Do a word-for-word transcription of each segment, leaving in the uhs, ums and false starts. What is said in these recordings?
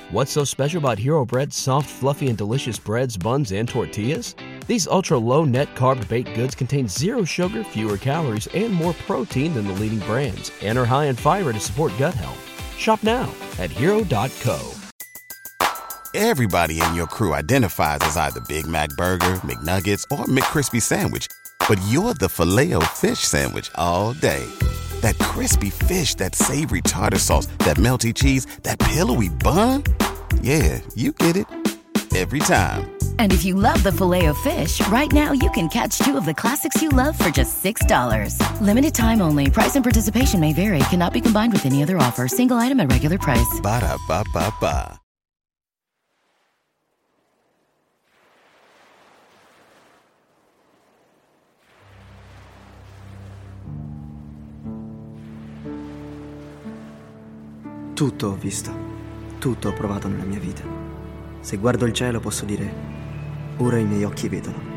What's so special about Hero Bread's soft, fluffy, and delicious breads, buns, and tortillas? These ultra-low net-carb baked goods contain zero sugar, fewer calories, and more protein than the leading brands, and are high in fiber to support gut health. Shop now at hero dot co. Everybody in your crew identifies as either Big Mac Burger, McNuggets, or McCrispy Sandwich. But you're the Filet-O-Fish Sandwich all day. That crispy fish, that savory tartar sauce, that melty cheese, that pillowy bun. Yeah, you get it. Every time. And if you love the Filet-O-Fish, right now you can catch two of the classics you love for just six dollars. Limited time only. Price and participation may vary. Cannot be combined with any other offer. Single item at regular price. Ba-da-ba-ba-ba. Tutto ho visto, tutto ho provato nella mia vita. Se guardo il cielo posso dire, ora i miei occhi vedono.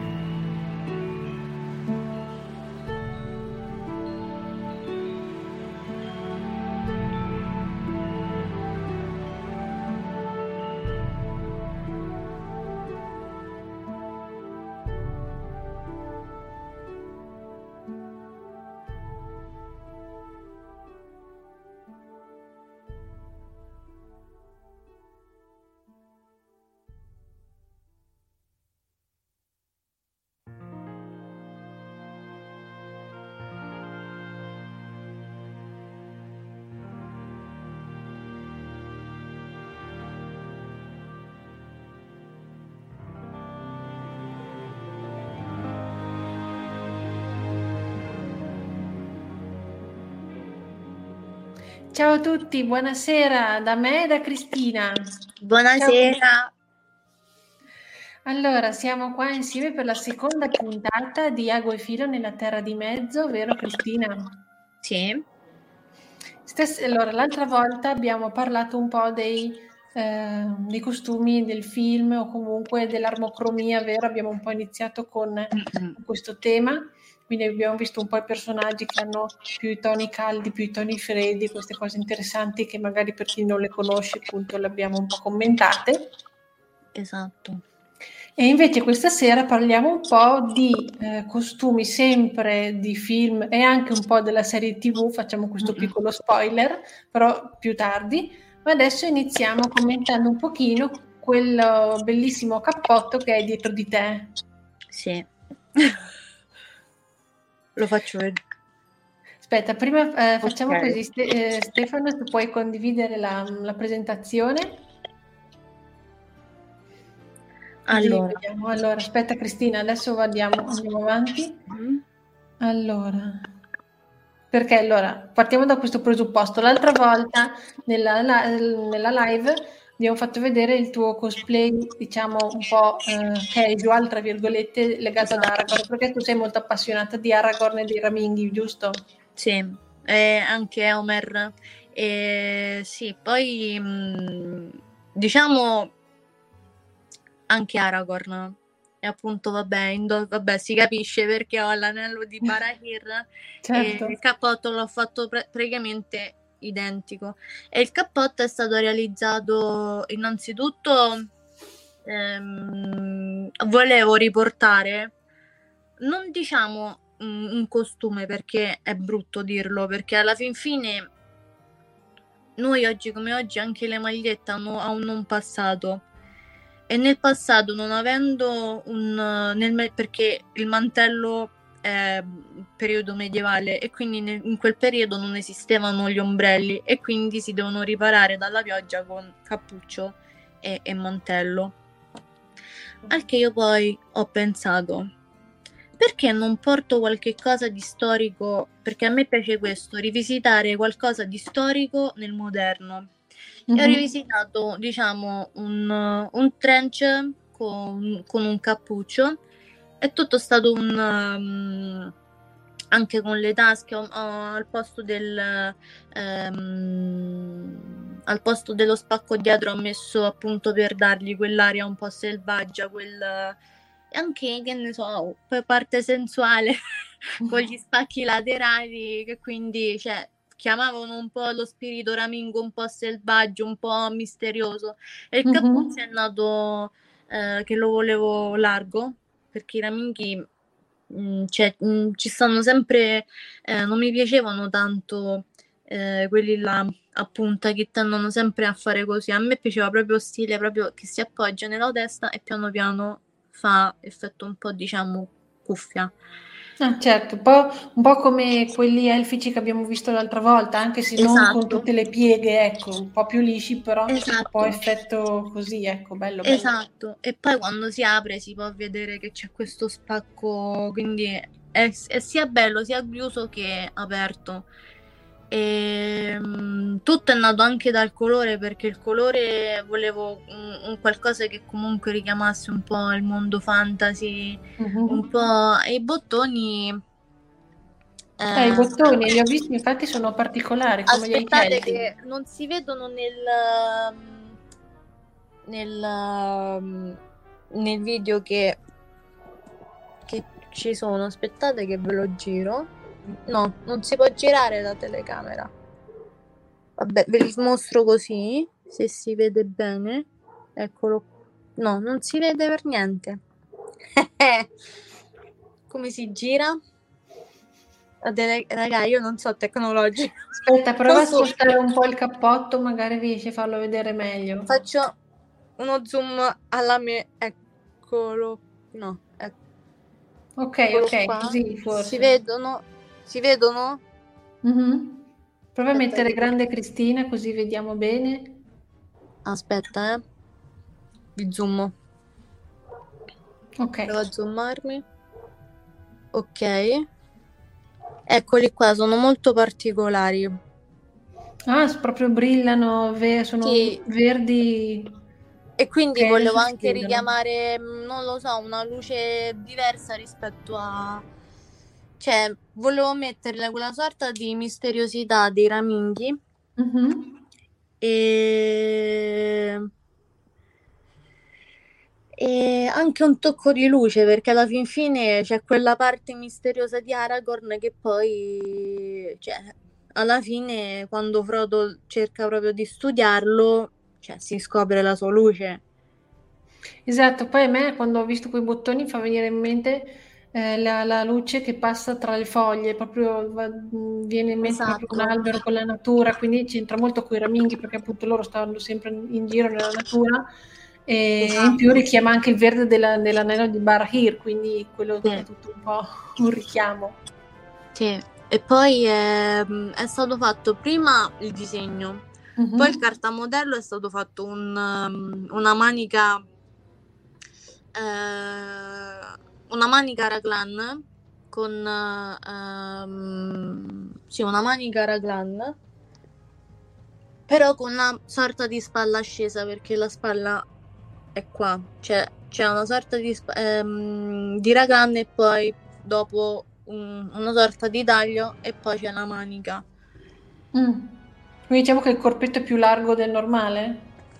Ciao a tutti, buonasera da me e da Cristina. Buonasera. Ciao. Allora, siamo qua insieme per la seconda puntata di Ago e Filo nella Terra di Mezzo, vero Cristina? Sì. Stess- allora, l'altra volta abbiamo parlato un po' dei, eh, dei costumi del film o comunque dell'armocromia, vero? Abbiamo un po' iniziato con Mm-mm. questo tema. Quindi abbiamo visto un po' i personaggi che hanno più i toni caldi, più i toni freddi, queste cose interessanti che magari per chi non le conosce appunto le abbiamo un po' commentate. Esatto. E invece questa sera parliamo un po' di eh, costumi sempre di film e anche un po' della serie tivù, facciamo questo piccolo spoiler, però più tardi. Ma adesso iniziamo commentando un pochino quel bellissimo cappotto che è dietro di te. Sì. Lo faccio vedere. Aspetta, prima eh, facciamo Ok. così, Ste- eh, Stefano, tu puoi condividere la, la presentazione? Così Allora. vediamo. Allora, aspetta Cristina, adesso andiamo, andiamo avanti. Mm. Allora, perché allora, partiamo da questo presupposto. L'altra volta nella, la- nella live abbiamo fatto vedere il tuo cosplay, diciamo un po' eh, casual, tra virgolette, legato ad Aragorn, perché tu sei molto appassionata di Aragorn e dei Raminghi, giusto? Sì, e anche Homer. E sì, poi mh, diciamo anche Aragorn. E appunto, vabbè, indo- vabbè, si capisce perché ho l'anello di Barahir Certo. e il cappotto l'ho fatto pre- praticamente identico. E il cappotto è stato realizzato innanzitutto, ehm, volevo riportare, non diciamo un, un costume perché è brutto dirlo, perché alla fin fine noi oggi come oggi anche le magliette hanno, hanno un passato. E nel passato, non avendo un nel me- perché il mantello è periodo medievale e quindi nel- in quel periodo non esistevano gli ombrelli e quindi si devono riparare dalla pioggia con cappuccio e, e mantello. Al che io poi ho pensato, perché non porto qualche cosa di storico? Perché a me piace questo, rivisitare qualcosa di storico nel moderno. E ho Mhm. rivisitato, diciamo, un, un trench con, con un cappuccio. È tutto stato un... um, anche con le tasche, ho- ho- al posto del... ehm, al posto dello spacco dietro ho messo appunto per dargli quell'aria un po' selvaggia, quel... e anche, che ne so, per parte sensuale con gli spacchi laterali, che quindi, cioè, chiamavano un po' lo spirito ramingo un po' selvaggio, un po' misterioso, e il Mhm. Capuzzi è nato eh, che lo volevo largo, perché i raminghi mh, cioè, mh, ci stanno sempre, eh, non mi piacevano tanto eh, quelli là a punta che tendono sempre a fare così. A me piaceva proprio stile proprio che si appoggia nella testa e piano piano fa effetto un po', diciamo, cuffia. Ah, certo, un po', un po' come quelli elfici che abbiamo visto l'altra volta, anche se non con Esatto, tutte le pieghe, ecco, un po' più lisci, però un po' esatto, effetto così, ecco, bello, bello. esatto. E poi quando si apre si può vedere che c'è questo spacco, quindi è, è sia bello sia chiuso che aperto. E, mm, tutto è nato anche dal colore, perché il colore volevo un, un qualcosa che comunque richiamasse un po' il mondo fantasy, Mhm. un po' e i bottoni. Eh, i eh, bottoni, li ho visti, infatti sono particolari, come gli Aspettate Celti. che non si vedono nel nel nel video che che ci sono. Aspettate che ve lo giro. No, non si può girare la telecamera. Vabbè, ve li mostro così, se si vede bene. Eccolo. No, non si vede per niente. Come si gira? La tele- Raga, io non so tecnologico. Aspetta, prova a Non so. spostare un po' il cappotto, magari riesci a farlo vedere meglio. Faccio uno zoom alla me. Eccolo. No, ecco. Ok, Eccolo ok, qua. così forse. Si vedono? Si vedono? Mhm. Prova a Aspetta, mettere che- grande Cristina, così vediamo bene. Aspetta, eh. Vi zoom. Ok. Provo a zoomarmi. Ok. Eccoli qua, sono molto particolari. Ah, s- proprio brillano, ve- sono Sì. verdi. E quindi Ok, volevo adesso si anche vedono. richiamare, mh, non lo so, una luce diversa rispetto a... Cioè, volevo metterle quella sorta di misteriosità dei raminghi Mhm. e... e anche un tocco di luce, perché alla fin fine c'è quella parte misteriosa di Aragorn che poi, cioè, alla fine quando Frodo cerca proprio di studiarlo, cioè, si scopre la sua luce. Esatto, poi a me quando ho visto quei bottoni fa venire in mente eh, la, la luce che passa tra le foglie, proprio va- mh, viene in mente proprio un Esatto. albero con la natura, quindi c'entra molto con i raminghi perché appunto loro stanno sempre in giro nella natura e Esatto. in più richiama anche il verde della- dell'anello di Barahir, quindi quello Sì. è tutto un po' un richiamo. Sì, e poi è, è stato fatto prima il disegno, Mhm. poi il cartamodello è stato fatto un, um, una manica, eh, una manica raglan con ehm, sì, una manica raglan, però con una sorta di spalla scesa, perché la spalla è qua, cioè c'è una sorta di, sp- ehm, di raglan e poi dopo un- una sorta di taglio e poi c'è la manica. Mm. Quindi diciamo che il corpetto è più largo del normale?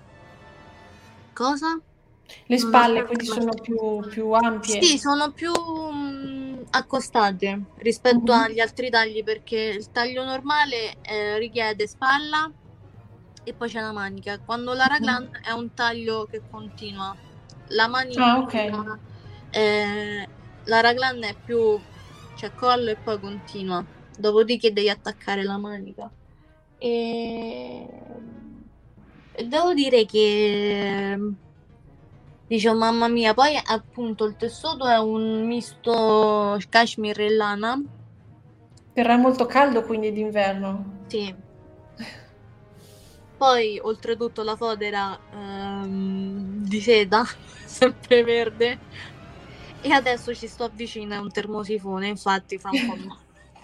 Cosa? Le Non ho spalle quindi capito. sono più, più ampie. Sì, sono più mm, accostate rispetto Mhm. agli altri tagli, perché il taglio normale eh, richiede spalla e poi c'è la manica. Quando la raglan è un taglio che continua. La manica, Ah, ok. eh, la raglan è più, cioè collo e poi continua. Dopodiché devi attaccare la manica. E, e devo dire che dicevo, mamma mia, poi appunto il tessuto è un misto cashmere e lana. Verrà molto caldo quindi d'inverno. Sì. Poi oltretutto la fodera ehm, di seta, sempre verde. E adesso ci sto vicino a un termosifone, infatti fra un po' mi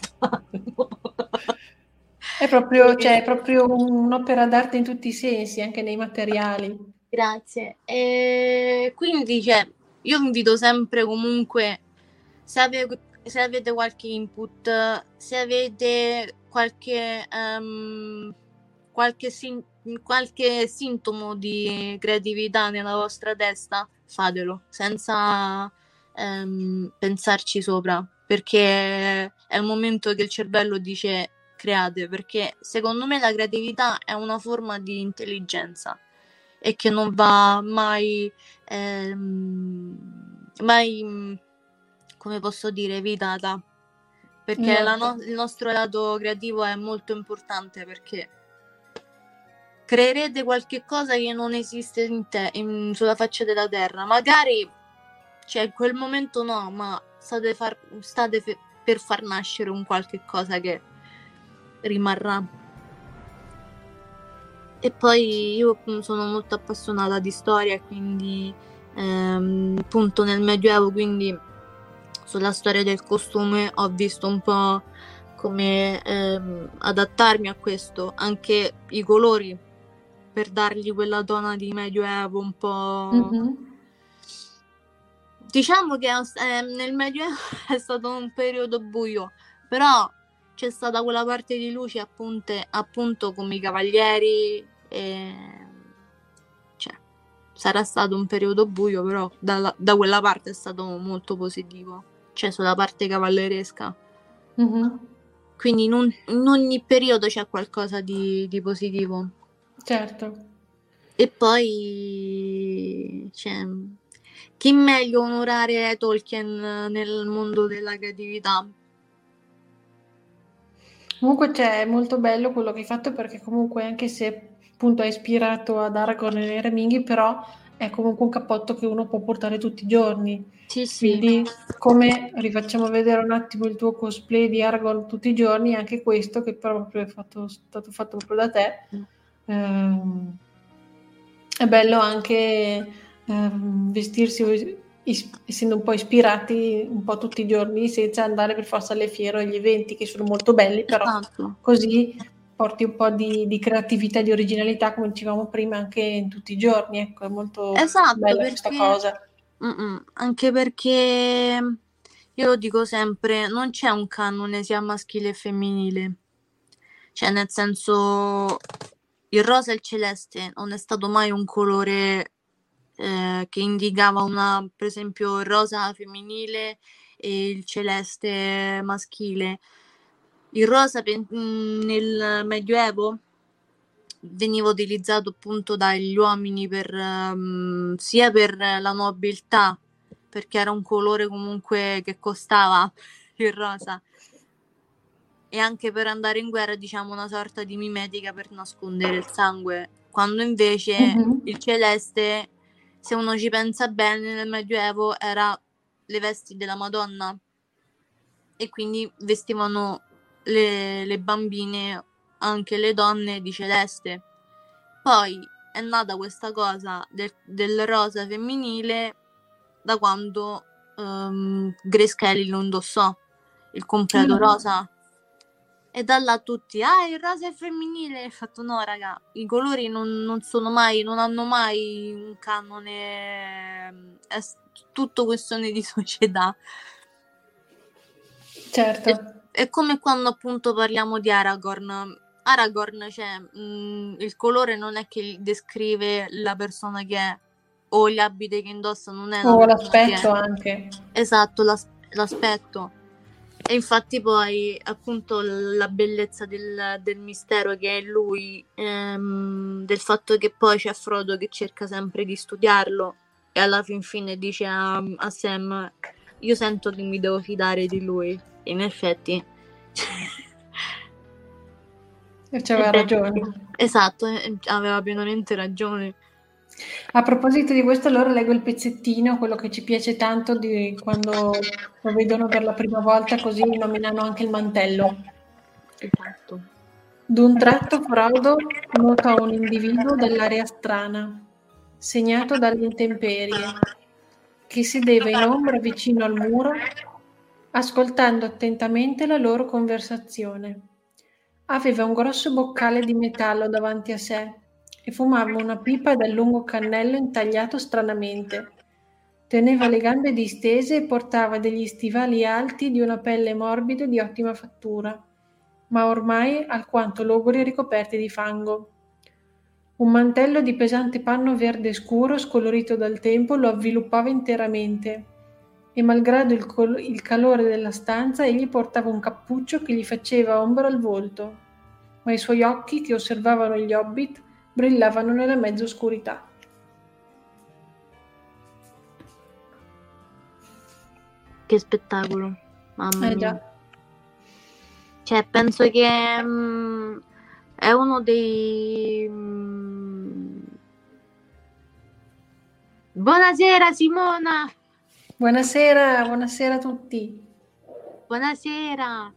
È proprio, cioè, è proprio un'opera d'arte in tutti i sensi, anche nei materiali. Grazie. E quindi, cioè, io invito sempre comunque, se, ave- se avete qualche input, se avete qualche, ehm, qualche, sin- qualche sintomo di creatività nella vostra testa, fatelo, senza ehm, pensarci sopra, perché è il momento che il cervello dice create, perché secondo me la creatività è una forma di intelligenza e che non va mai ehm, mai, come posso dire, evitata, perché la no- il nostro lato creativo è molto importante, perché creerete qualche cosa che non esiste in te, in, sulla faccia della terra, magari cioè in quel momento no, ma state, far, state fe- per far nascere un qualche cosa che rimarrà. E poi io sono molto appassionata di storia, quindi ehm, appunto nel Medioevo, quindi sulla storia del costume ho visto un po' come ehm, adattarmi a questo, anche i colori, per dargli quella tona di Medioevo un po'... Mm-hmm. Diciamo che eh, nel Medioevo è stato un periodo buio, però c'è stata quella parte di luce appunto, appunto come i cavalieri, e... cioè sarà stato un periodo buio, però da, da quella parte è stato molto positivo, cioè sulla parte cavalleresca. Mm-hmm. Quindi in, un, in ogni periodo c'è qualcosa di, di positivo. Certo. E poi cioè, chi meglio onorare Tolkien nel mondo della creatività? Comunque c'è, è molto bello quello che hai fatto, perché comunque anche se appunto è ispirato ad Aragorn e ai Reminghi, però è comunque un cappotto che uno può portare tutti i giorni. Sì, sì. Quindi come rifacciamo vedere un attimo il tuo cosplay di Aragorn tutti i giorni, anche questo che proprio è fatto, stato fatto proprio da te, ehm, è bello anche ehm, vestirsi is- essendo un po' ispirati un po' tutti i giorni, senza andare per forza alle fiere o agli eventi, che sono molto belli, però Esatto. così porti un po' di, di creatività, di originalità, come dicevamo prima, anche in tutti i giorni. Ecco, è molto Esatto, bella perché... questa cosa. Mm-mm. Anche perché io lo dico sempre, non c'è un canone sia maschile e femminile, cioè nel senso il rosa e il celeste non è stato mai un colore eh, che indicava una, per esempio il rosa femminile e il celeste maschile. Il rosa pe- nel Medioevo veniva utilizzato appunto dagli uomini per um, sia per la nobiltà, perché era un colore comunque che costava, il rosa, e anche per andare in guerra, diciamo una sorta di mimetica per nascondere il sangue, quando invece Mm-hmm. il celeste, se uno ci pensa bene, nel Medioevo era le vesti della Madonna, e quindi vestivano le, le bambine, anche le donne, di celeste. Poi è nata questa cosa del, del rosa femminile da quando um, Grace Kelly lo indossò, il completo Mm. rosa, e da là tutti, ah, il rosa è femminile. Ho fatto no, raga, i colori non, non sono mai, non hanno mai un canone, è tutto questione di società. Certo. È, è come quando appunto parliamo di Aragorn. Aragorn, cioè, mh, il colore non è che descrive la persona che è, o gli abiti che indossa non è la O persona l'aspetto che è. anche. Esatto, l'as- l'aspetto. E infatti poi appunto la bellezza del, del mistero che è lui, ehm, del fatto che poi c'è Frodo che cerca sempre di studiarlo e alla fin fine dice a, a Sam, io sento che mi devo fidare di lui. E in effetti E c'aveva ragione. Esatto, aveva pienamente ragione. A proposito di questo, allora leggo il pezzettino, quello che ci piace tanto di quando lo vedono per la prima volta, così nominano anche il mantello. Esatto. D'un tratto Frodo nota un individuo dall'aria strana, segnato dalle intemperie, che sedeva in ombra vicino al muro, ascoltando attentamente la loro conversazione. Aveva un grosso boccale di metallo davanti a sé e fumava una pipa dal lungo cannello intagliato stranamente. Teneva le gambe distese e portava degli stivali alti di una pelle morbida e di ottima fattura, ma ormai alquanto logori e ricoperti di fango. Un mantello di pesante panno verde scuro, scolorito dal tempo, lo avviluppava interamente, e malgrado il, col- il calore della stanza egli portava un cappuccio che gli faceva ombra al volto, ma i suoi occhi, che osservavano gli hobbit, brillavano nella mezza oscurità. Che spettacolo, mamma Eh mia. già. Cioè, penso che mm, è uno dei... mm, Buonasera Simona! Buonasera, buonasera a tutti. Buonasera!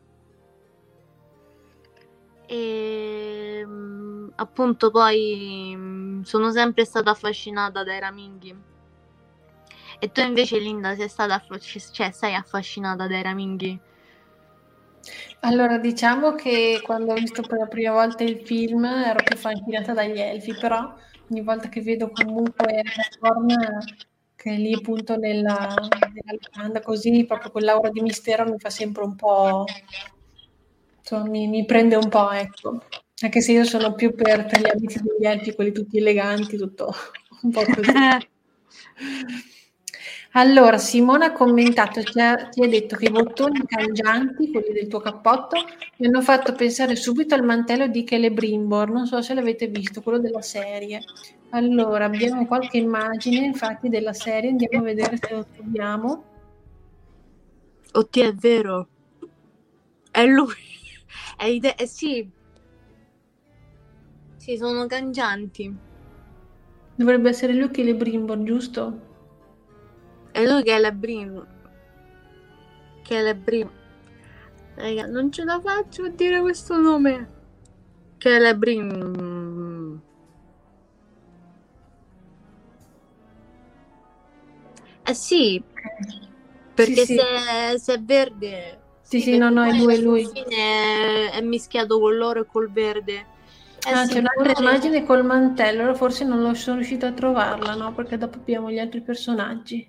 E mm, appunto poi mm, sono sempre stata affascinata dai raminghi. E tu invece, Linda, sei stata affasc- cioè, sei affascinata dai raminghi? Allora, diciamo che quando ho visto per la prima volta il film ero più fascinata dagli elfi, però ogni volta che vedo comunque Aragorn che è lì appunto nella, nella locanda così, proprio quell'aura di mistero mi fa sempre un po', insomma, mi, mi prende un po', ecco. Anche se io sono più per, per gli abiti degli elfi, quelli tutti eleganti, tutto un po' così. Allora, Simona ha commentato, ti ha, ti ha detto che i bottoni cangianti, quelli del tuo cappotto, mi hanno fatto pensare subito al mantello di Celebrimbor, non so se l'avete visto, quello della serie. Allora, abbiamo qualche immagine, infatti, della serie, andiamo a vedere se lo troviamo. Oddio, è vero. È lui. È ide- eh, sì. Sì, sono cangianti. Dovrebbe essere lui Celebrimbor, giusto? È lui che è la Brim. Che è la Brim. Raga, non ce la faccio a dire questo nome. Che è la Brim. Eh sì. Perché sì, se, sì. se è verde. Sì, sì, no, no, è lui, è lui. Fine è mischiato con l'oro e col verde. Eh Ah, sì, c'è un'altra pure- immagine col mantello, allora forse non lo sono riuscita a trovarla, no? Perché dopo abbiamo gli altri personaggi.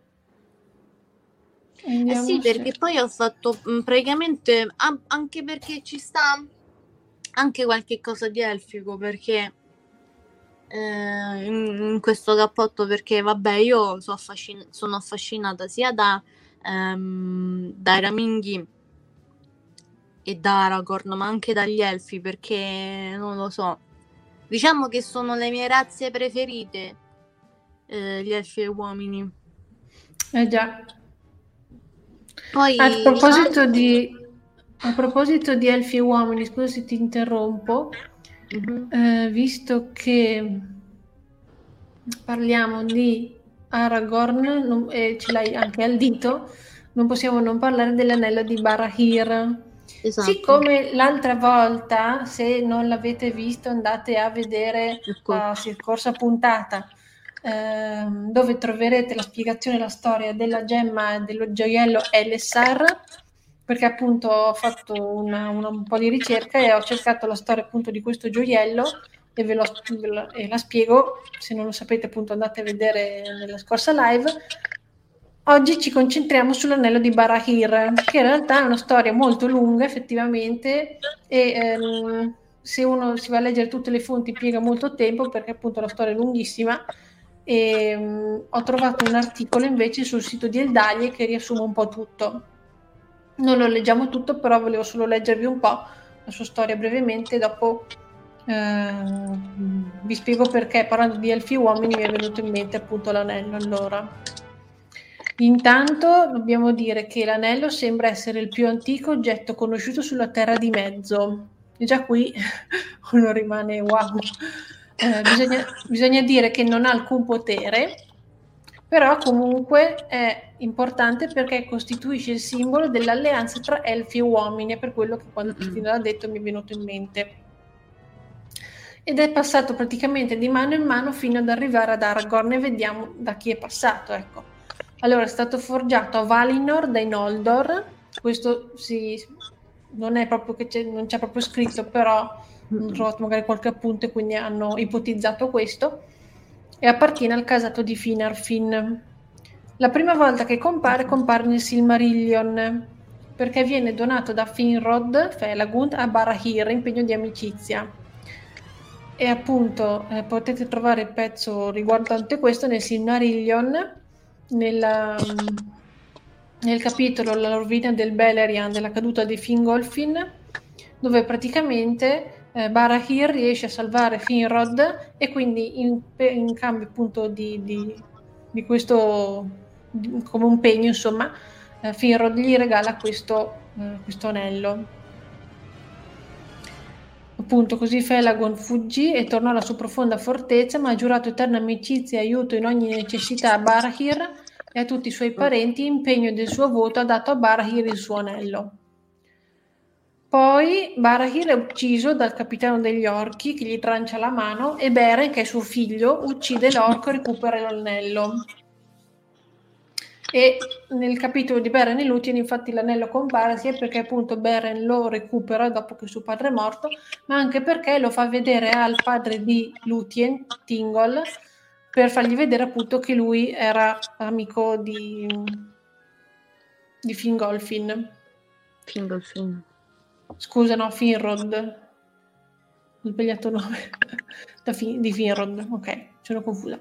Eh Vediamo sì, se- perché poi ho fatto mh, praticamente a- anche perché ci sta anche qualche cosa di elfico, perché eh, in, in questo cappotto, perché vabbè, io so affascin- sono affascinata sia da ehm, dai raminghi e da Aragorn, ma anche dagli elfi, perché non lo so. Diciamo che sono le mie razze preferite, eh, gli elfi e gli uomini. Eh già. Poi A proposito di, a proposito di elfi e uomini, scusa se ti interrompo, Mhm. eh, visto che parliamo di Aragorn non- e ce l'hai anche al dito, non possiamo non parlare dell'anello di Barahir. Esatto. Siccome l'altra volta, se non l'avete visto, andate a vedere Ecco. la scorsa puntata, ehm, dove troverete la spiegazione e la storia della gemma e dello gioiello Elessar, perché appunto ho fatto una, una, un po' di ricerca e ho cercato la storia appunto di questo gioiello e ve, lo, ve lo, e la spiego. Se non lo sapete appunto andate a vedere nella scorsa live. Oggi ci concentriamo sull'anello di Barahir, che in realtà è una storia molto lunga effettivamente e ehm, se uno si va a leggere tutte le fonti piega molto tempo perché appunto la storia è lunghissima e um, ho trovato un articolo invece sul sito di Eldalie che riassume un po' tutto. Non lo leggiamo tutto, però volevo solo leggervi un po' la sua storia brevemente, dopo eh, vi spiego perché parlando di elfi uomini mi è venuto in mente appunto l'anello. Allora, intanto dobbiamo dire che l'anello sembra essere il più antico oggetto conosciuto sulla Terra di Mezzo. E già qui uno rimane wow. Eh, bisogna, bisogna dire che non ha alcun potere, però comunque è importante perché costituisce il simbolo dell'alleanza tra elfi e uomini, è per quello che quando Cristina l'ha detto mi è venuto in mente. Ed è passato praticamente di mano in mano fino ad arrivare ad Aragorn e vediamo da chi è passato, ecco. Allora è stato forgiato a Valinor dai Noldor, questo sì, non è proprio che c'è, non c'è proprio scritto, però ho trovato magari qualche appunto e quindi hanno ipotizzato questo, e appartiene al casato di Finarfin. La prima volta che compare, compare nel Silmarillion, perché viene donato da Finrod Felagund a Barahir, impegno di amicizia. E appunto eh, potete trovare il pezzo riguardante questo nel Silmarillion, nella, nel capitolo La rovina del Beleriand, della caduta di Fingolfin, dove praticamente eh, Barahir riesce a salvare Finrod e quindi in, in cambio appunto di, di, di questo, di, come un pegno insomma, eh, Finrod gli regala questo, eh, questo anello. Appunto, così Felagorn fuggì e tornò alla sua profonda fortezza, ma ha giurato eterna amicizia e aiuto in ogni necessità a Barahir e a tutti i suoi parenti. Impegno del suo voto ha dato a Barahir il suo anello. Poi Barahir è ucciso dal capitano degli orchi che gli trancia la mano e Beren, che è suo figlio, uccide l'orco e recupera l'anello. E nel capitolo di Beren e Lúthien infatti l'anello compare sia perché appunto Beren lo recupera dopo che suo padre è morto, ma anche perché lo fa vedere al padre di Lúthien, Thingol, per fargli vedere appunto che lui era amico di, di Fingolfin. Fingolfin. Scusa, no, Finrod. Ho sbagliato il nome. da fin- di Finrod, ok, sono confusa.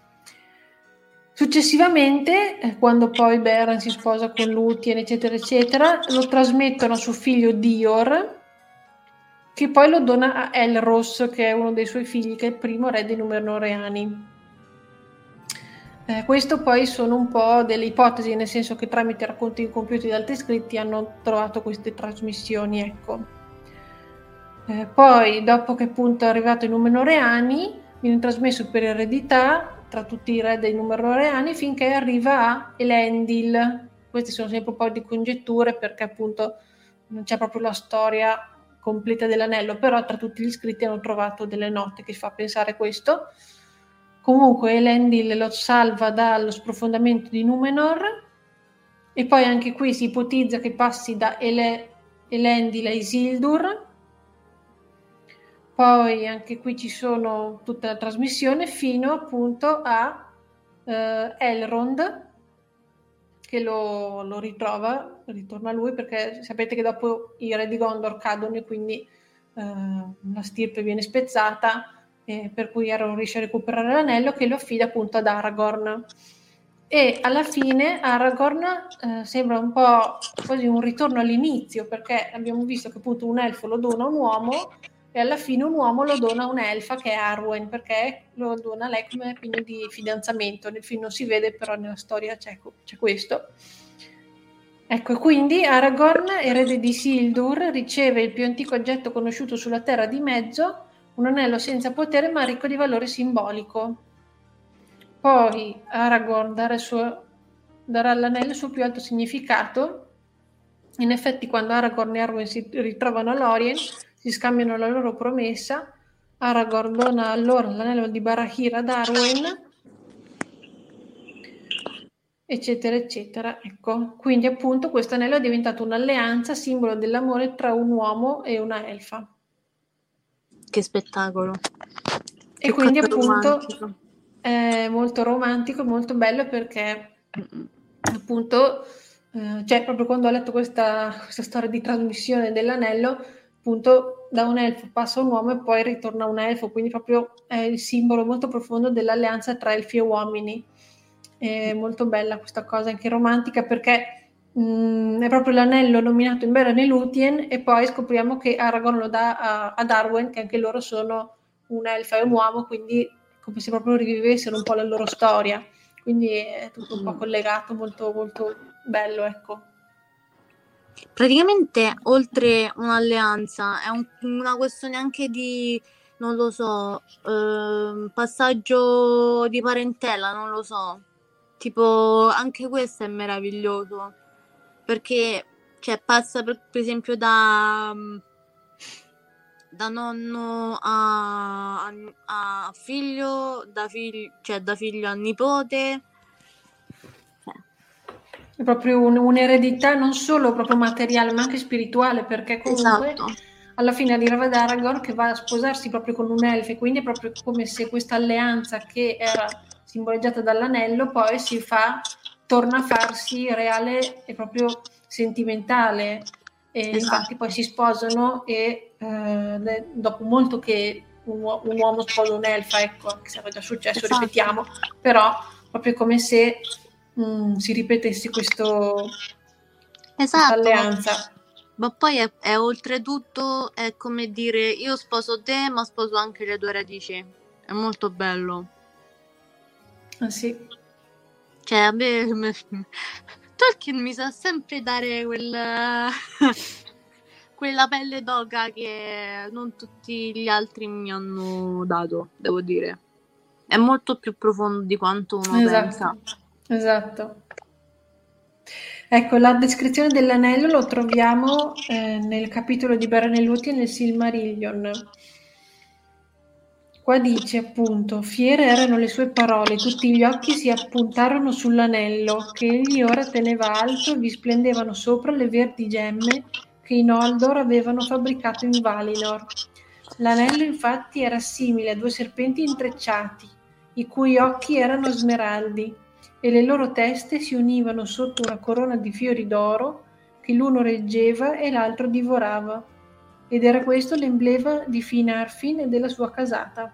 Successivamente, eh, quando poi Beren si sposa con Lúthien, eccetera, eccetera, lo trasmettono a suo figlio Dior, che poi lo dona a Elros, che è uno dei suoi figli, che è il primo re dei Numenoreani. Eh, questo poi sono un po' delle ipotesi, nel senso che tramite racconti compiuti da altri scritti hanno trovato queste trasmissioni, ecco. Eh, poi, dopo che appunto è arrivato ai Numenoreani, viene trasmesso per eredità tra tutti i re dei Numenoreani finché arriva a Elendil. Queste sono sempre un po' di congetture perché appunto non c'è proprio la storia completa dell'anello, però tra tutti gli scritti hanno trovato delle note che fa pensare questo. Comunque Elendil lo salva dallo sprofondamento di Numenor e poi anche qui si ipotizza che passi da Ele- Elendil a Isildur. Poi anche qui ci sono tutta la trasmissione fino appunto a eh, Elrond, che lo, lo ritrova, ritorna a lui perché sapete che dopo i re di Gondor cadono e quindi eh, la stirpe viene spezzata, eh, per cui Elrond riesce a recuperare l'anello che lo affida appunto ad Aragorn. E alla fine Aragorn eh, sembra un po' quasi un ritorno all'inizio, perché abbiamo visto che appunto un elfo lo dona a un uomo e alla fine un uomo lo dona a un'elfa che è Arwen, perché lo dona a lei come pegno di fidanzamento. Nel film non si vede, però nella storia c'è, c'è questo. Ecco, quindi Aragorn, erede di Isildur, riceve il più antico oggetto conosciuto sulla Terra di Mezzo, un anello senza potere ma ricco di valore simbolico. Poi Aragorn darà, suo, darà all'anello il suo più alto significato. In effetti quando Aragorn e Arwen si ritrovano a Lórien, si scambiano la loro promessa. Aragorn dona allora l'anello di Barahir ad Arwen, eccetera, eccetera. Ecco, quindi appunto questo anello è diventato un'alleanza, simbolo dell'amore tra un uomo e una elfa. Che spettacolo. E che quindi appunto romantico. È molto romantico, molto bello perché Mm-mm. appunto eh, cioè proprio quando ho letto questa, questa storia di trasmissione dell'anello, appunto da un elfo passa un uomo e poi ritorna un elfo, quindi proprio è il simbolo molto profondo dell'alleanza tra elfi e uomini. È molto bella questa cosa, anche romantica, perché mh, è proprio l'anello nominato in Beren e Lúthien e poi scopriamo che Aragorn lo dà a, ad Arwen, che anche loro sono un'elfa e un uomo, quindi come se proprio rivivessero un po' la loro storia, quindi è tutto un po' collegato, molto molto bello, ecco. Praticamente oltre un'alleanza è un, una questione anche di, non lo so, eh, passaggio di parentela, non lo so, tipo anche questo è meraviglioso perché cioè passa per, per esempio da da nonno a, a, a figlio, da figlio, cioè da figlio a nipote. È proprio un, un'eredità non solo proprio materiale ma anche spirituale, perché comunque esatto. alla fine arriva ad Aragorn che va a sposarsi proprio con un'elfa, quindi è proprio come se questa alleanza che era simboleggiata dall'anello poi si fa, torna a farsi reale e proprio sentimentale. E esatto. Infatti poi si sposano e eh, dopo molto che un, un uomo sposa un'elfa, ecco, che sarà già successo, esatto. Ripetiamo, però proprio come se mh, si ripetesse questo, esatto, questa alleanza. Ma poi è, è oltretutto è come dire io sposo te ma sposo anche le tue radici, è molto bello. Ah sì. Cioè a me, me Tolkien mi sa sempre dare quel quella pelle d'oca che non tutti gli altri mi hanno dato, devo dire. È molto più profondo di quanto uno Esatto, pensa. esatto. Ecco, la descrizione dell'anello lo troviamo eh, nel capitolo di Baraneluti e nel Silmarillion. Qua dice appunto, fiere erano le sue parole, tutti gli occhi si appuntarono sull'anello, che egli ora teneva alto e vi splendevano sopra le verdi gemme che i Noldor avevano fabbricato in Valinor. L'anello infatti era simile a due serpenti intrecciati, i cui occhi erano smeraldi, e le loro teste si univano sotto una corona di fiori d'oro che l'uno reggeva e l'altro divorava. Ed era questo l'emblema di Finarfin e della sua casata.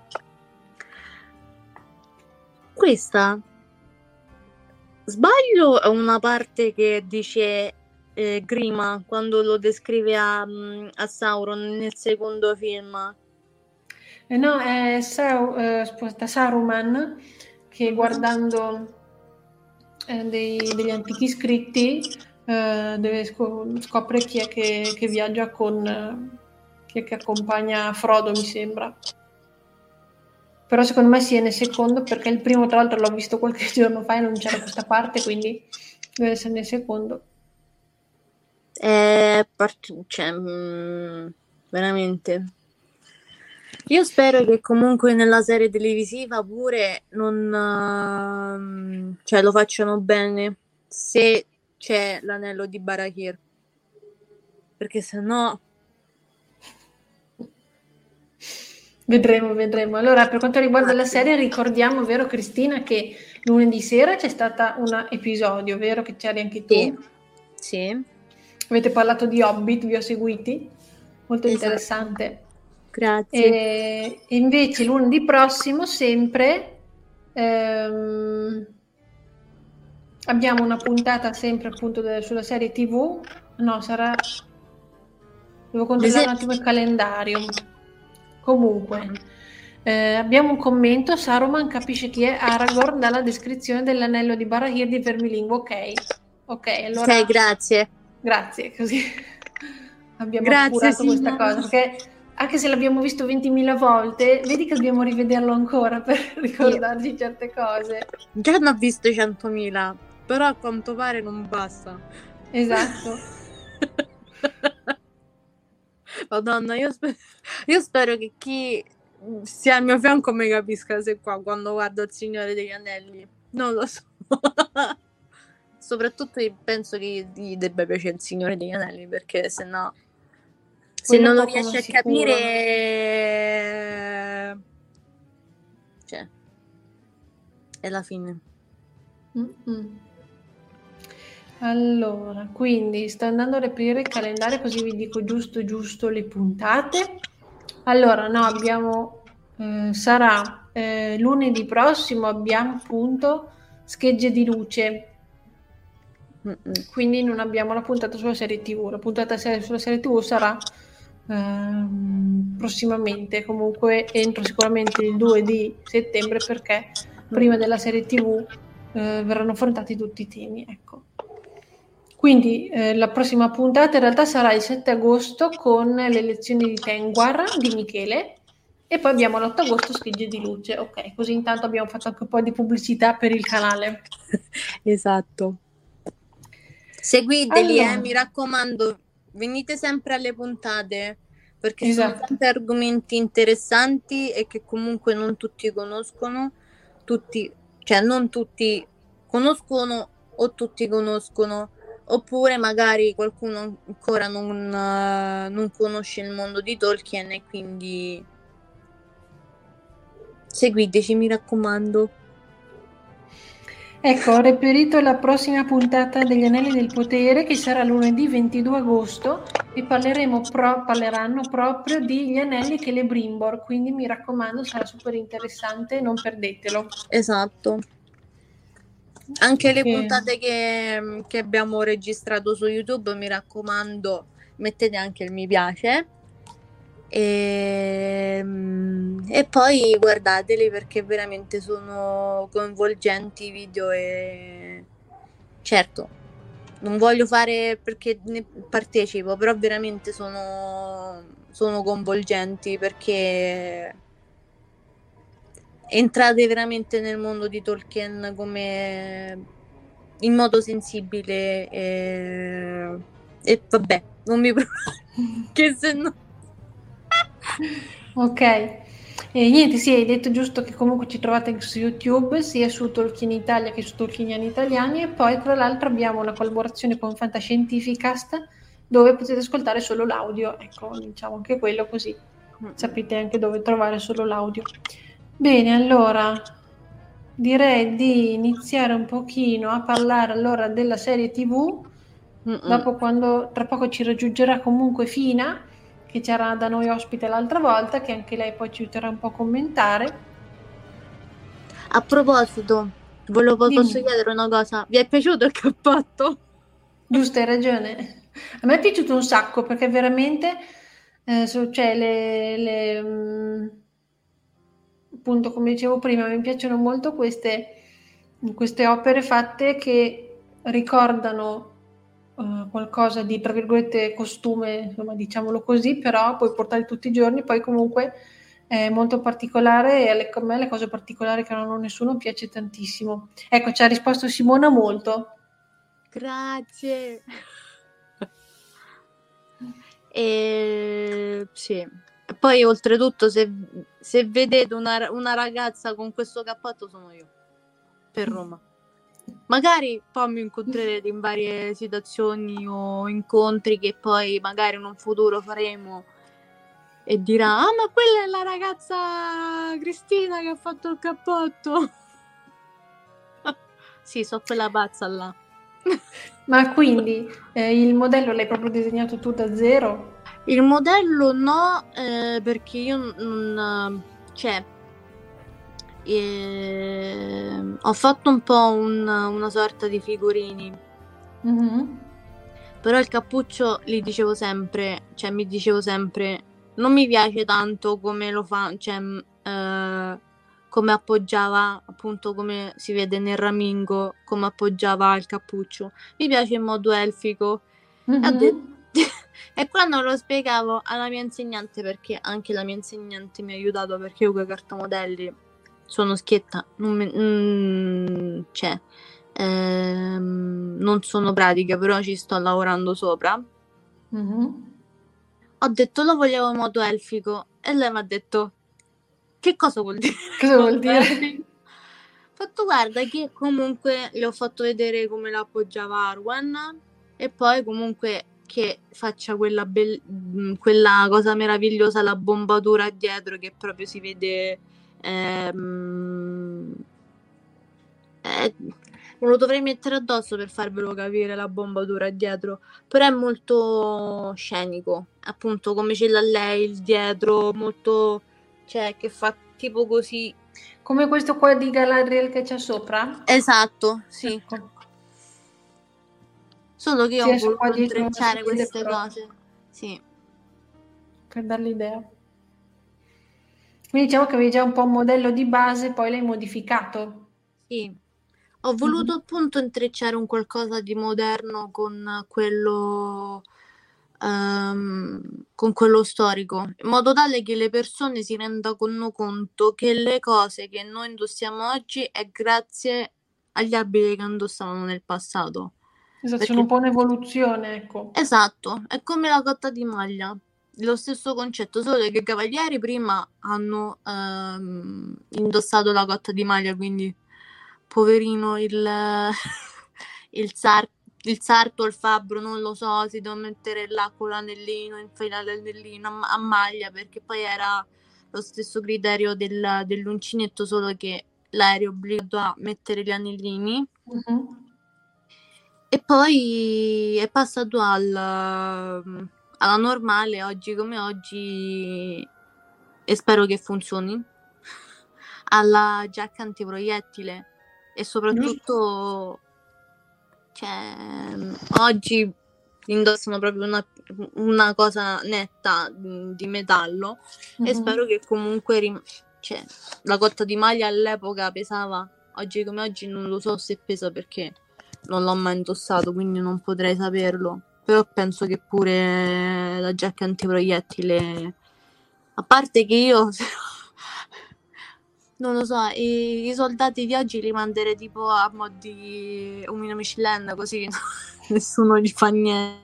Questa, sbaglio, è una parte che dice eh, Grima quando lo descrive a, a Sauron nel secondo film. Eh no, è Sau- eh, sposta Saruman che guardando eh, dei, degli antichi scritti eh, deve sco- scopre chi è che, che viaggia con eh, chi è che accompagna Frodo, mi sembra. Però secondo me sì, è nel secondo, perché il primo tra l'altro l'ho visto qualche giorno fa e non c'era questa parte, quindi deve essere nel secondo. È part- cioè, mh, veramente. Io spero che comunque nella serie televisiva pure non uh, cioè lo facciano bene se c'è l'anello di Barahir, perché sennò Vedremo, vedremo. Allora, per quanto riguarda la Grazie. serie, ricordiamo, vero Cristina, che lunedì sera c'è stato un episodio, vero che c'eri anche tu? Sì. Sì. Avete parlato di Hobbit, vi ho seguiti, molto Esatto. interessante. Grazie. E, e invece lunedì prossimo sempre ehm, abbiamo una puntata sempre appunto de- sulla serie tivù. No, sarà... Devo controllare un attimo il calendario. Comunque, eh, abbiamo un commento. Saruman capisce chi è Aragorn dalla descrizione dell'anello di Barahir di Vermilingua. Ok, ok, allora... Ok, grazie. Grazie, così abbiamo Grazie, appurato questa signora. cosa, perché anche se l'abbiamo visto ventimila volte, vedi che dobbiamo rivederlo ancora per ricordarci sì. certe cose. Già ne ho visto centomila, però a quanto pare non basta. Esatto. Madonna, io, sper- io spero che chi sia al mio fianco mi capisca se qua quando guardo Il Signore degli Anelli. Non lo so. Soprattutto penso che gli debba piacere Il Signore degli Anelli, perché se no se non lo riesci a capire cioè è la fine. Mm-mm. Allora, quindi sto andando a reperire il calendario così vi dico giusto giusto le puntate. Allora, no, abbiamo eh, sarà eh, lunedì prossimo abbiamo appunto Schegge di luce. Mm-mm. Quindi non abbiamo la puntata sulla serie tivù. La puntata sulla serie tivù sarà ehm, prossimamente, comunque entro sicuramente il due di settembre, perché prima della serie tivù eh, verranno affrontati tutti i temi, ecco. Quindi eh, la prossima puntata in realtà sarà il sette agosto con le lezioni di Tengwar di Michele e poi abbiamo l'otto agosto Schegge di luce. Ok, così intanto abbiamo fatto anche un po' di pubblicità per il canale. Esatto. Seguiteli, allora. eh, mi raccomando, venite sempre alle puntate, perché esatto. sono tanti argomenti interessanti e che comunque non tutti conoscono, tutti, cioè non tutti conoscono o tutti conoscono, oppure magari qualcuno ancora non, uh, non conosce il mondo di Tolkien e quindi seguiteci, mi raccomando. Ecco, ho reperito la prossima puntata degli Anelli del Potere, che sarà lunedì ventidue agosto, e parleremo pro- parleranno proprio degli anelli Celebrimbor, quindi mi raccomando, sarà super interessante, non perdetelo. Esatto. Anche le Sì. puntate che, che abbiamo registrato su YouTube, mi raccomando, mettete anche il mi piace. E, e poi guardateli perché veramente sono coinvolgenti i video e certo non voglio fare perché ne partecipo, però veramente sono, sono coinvolgenti perché entrate veramente nel mondo di Tolkien come in modo sensibile e, e vabbè, non mi che se no Ok, e niente, sì, hai detto giusto che comunque ci trovate su YouTube, sia su Tolkien Italia che su Tolkieniani Italiani, e poi tra l'altro abbiamo una collaborazione con Fantascientificast dove potete ascoltare solo l'audio, ecco, diciamo anche quello, così sapete anche dove trovare solo l'audio. Bene, allora direi di iniziare un pochino a parlare allora della serie tivù, Mm-mm. dopo quando tra poco ci raggiungerà comunque Fina, che c'era da noi ospite l'altra volta, che anche lei poi ci aiuterà un po' a commentare. A proposito, volevo, Dimmi. posso chiedere una cosa? Vi è piaciuto il cappotto? Giusto, hai ragione. A me è piaciuto un sacco perché veramente, eh, so- cioè, le, le, mh, appunto, come dicevo prima, mi piacciono molto queste, queste opere fatte che ricordano eh, qualcosa di, tra virgolette, costume, insomma, diciamolo così, però puoi portare tutti i giorni, poi comunque è molto particolare e alle, a me le cose particolari che non ho nessuno piace tantissimo. Ecco, ci ha risposto Simona molto. Grazie. E sì. Poi oltretutto se, se vedete una, una ragazza con questo cappotto sono io per Roma. Magari poi mi incontrerete in varie situazioni o incontri che poi magari in un futuro faremo e dirà: ah, ma quella è la ragazza Cristina che ha fatto il cappotto. Sì, so quella pazza là. Ma quindi eh, il modello l'hai proprio disegnato tu da zero? Il modello no, eh, perché io non... cioè, eh, ho fatto un po' un, una sorta di figurini. Mm-hmm. Però il cappuccio li dicevo sempre, cioè mi dicevo sempre, non mi piace tanto come lo fa, cioè eh, come appoggiava, appunto come si vede nel ramingo, come appoggiava il cappuccio. Mi piace in modo elfico. Mm-hmm. E, ho detto... e quando lo spiegavo alla mia insegnante, perché anche la mia insegnante mi ha aiutato, perché io con i cartamodelli sono schietta, non mi, mm, cioè, ehm, non sono pratica, però ci sto lavorando sopra. Mm-hmm. Ho detto lo volevo in modo elfico e lei mi ha detto che cosa vuol dire? Cosa vuol dire? Ho fatto guarda che comunque le ho fatto vedere come la appoggiava Arwen e poi comunque che faccia quella, be- quella cosa meravigliosa, la bombatura dietro che proprio si vede ehm, eh, me lo dovrei mettere addosso per farvelo capire la bombatura dietro, però è molto scenico, appunto come ce l'ha lei il dietro, molto, cioè che fa tipo così. Come questo qua di Galadriel che c'è sopra? Esatto, sì. Ecco. Solo che io Sì, ho adesso qua voluto dietro non si intrecciare vede, queste però, cose. Sì. per dar l'idea. Quindi diciamo che avevi già un po' un modello di base, poi l'hai modificato. Sì. Ho voluto Mhm. appunto intrecciare un qualcosa di moderno con quello ehm, con quello storico, in modo tale che le persone si rendano conto che le cose che noi indossiamo oggi è grazie agli abiti che indossavano nel passato. Esatto, Perché sono un po' un'evoluzione, ecco. esatto, è come la cotta di maglia, lo stesso concetto, solo che i cavalieri prima hanno ehm, indossato la cotta di maglia, quindi poverino il, il, sar- il sarto o il fabbro, non lo so, si doveva mettere là con l'anellino, infilare l'anellino a, ma- a maglia, perché poi era lo stesso criterio del, dell'uncinetto, solo che l'aereo obbligato a mettere gli anellini. Mhm. E poi è passato al, alla normale, oggi come oggi, e spero che funzioni, alla giacca antiproiettile. e soprattutto cioè, oggi indossano proprio una, una cosa netta di metallo Mhm. e spero che comunque rim- cioè, la cotta di maglia all'epoca pesava, oggi come oggi non lo so se pesa perché non l'ho mai indossato, quindi non potrei saperlo, però penso che pure la giacca antiproiettile, a parte che io non lo so, i, i soldati di oggi li manderei tipo a mo' di omino Michelin, così nessuno gli fa niente.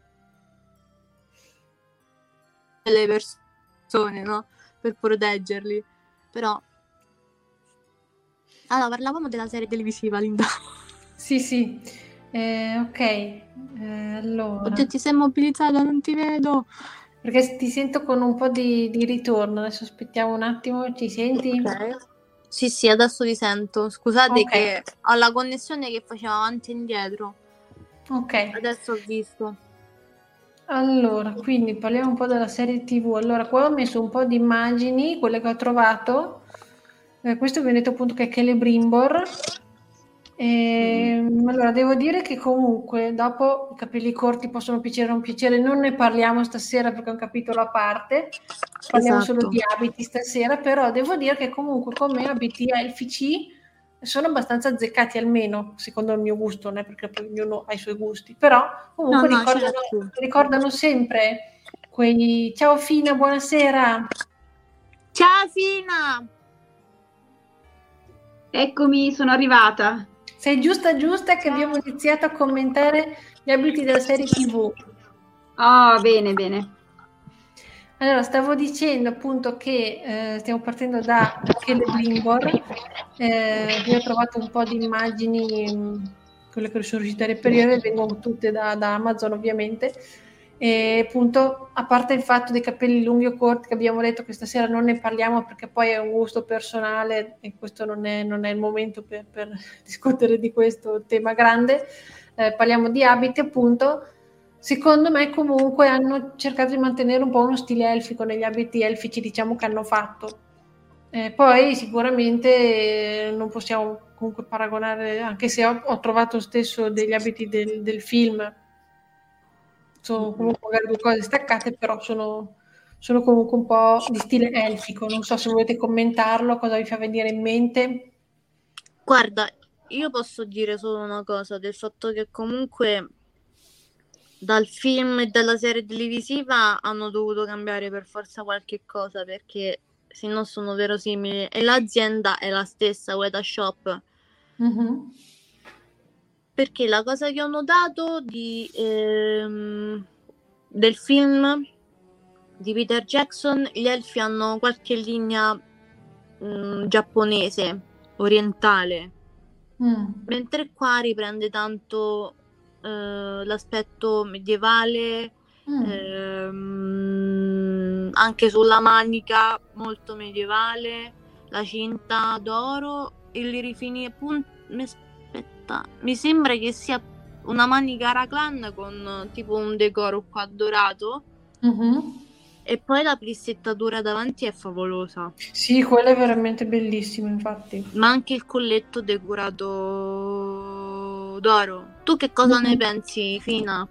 Le persone, no? Per proteggerli. Però... Allora, parlavamo della serie televisiva, Linda. Sì, sì. Eh, ok, eh, allora. Oddio, ti sei mobilizzata, non ti vedo. Perché ti sento con un po' di, di ritorno. Adesso aspettiamo un attimo, ci senti? Ok. Sì, sì, adesso ti sento. Scusate Ok. che ho la connessione che faceva avanti e indietro. Ok. Adesso ho visto. Allora, quindi parliamo un po' della serie tivù. Allora, qua ho messo un po' di immagini, quelle che ho trovato. Eh, questo vi ho detto appunto che è Celebrimbor. Ehm, allora, devo dire che comunque dopo i capelli corti possono piacere o non piacere, non ne parliamo stasera perché è un capitolo a parte, parliamo Esatto. solo di abiti stasera, però devo dire che comunque come abiti elfici sono abbastanza azzeccati, almeno secondo il mio gusto, non è perché poi ognuno ha i suoi gusti, però comunque No, no, ricordano, certo. ricordano sempre quei ciao Fina, buonasera. Ciao Fina! Eccomi, sono arrivata. Sei giusta giusta che abbiamo iniziato a commentare gli abiti della serie tivù. Ah, bene, bene. Allora, stavo dicendo appunto che eh, stiamo partendo da Celebrimbor, eh, vi ho trovato un po' di immagini, mh, quelle che sono riuscite a reperire, vengono tutte da, da Amazon ovviamente, e appunto a parte il fatto dei capelli lunghi o corti che abbiamo detto questa sera non ne parliamo perché poi è un gusto personale e questo non è, non è il momento per, per discutere di questo tema grande, eh, parliamo di abiti appunto. Secondo me comunque hanno cercato di mantenere un po' uno stile elfico negli abiti elfici, diciamo, che hanno fatto. Eh, poi sicuramente eh, non possiamo comunque paragonare, anche se ho, ho trovato stesso degli abiti del, del film, sono comunque magari due cose staccate, però sono, sono comunque un po' di stile elfico. Non so se volete commentarlo, cosa vi fa venire in mente. Guarda, io posso dire solo una cosa, del fatto che comunque dal film e dalla serie televisiva hanno dovuto cambiare per forza qualche cosa perché se no sono verosimili e l'azienda è la stessa, Weta Shop. Mm-hmm. Perché la cosa che ho notato di, ehm, del film di Peter Jackson, gli elfi hanno qualche linea mh, giapponese, orientale, Mm. mentre qua riprende tanto eh, l'aspetto medievale, Mm. ehm, anche sulla manica molto medievale, la cinta d'oro, il rifini appunto. Aspetta, mi sembra che sia una manica Araclan con tipo un decoro qua dorato. Mm-hmm. E poi la plissettatura davanti è favolosa. Sì, quello è veramente bellissimo, infatti. Ma anche il colletto decorato d'oro. Tu che cosa Mm-hmm. ne pensi, Fina?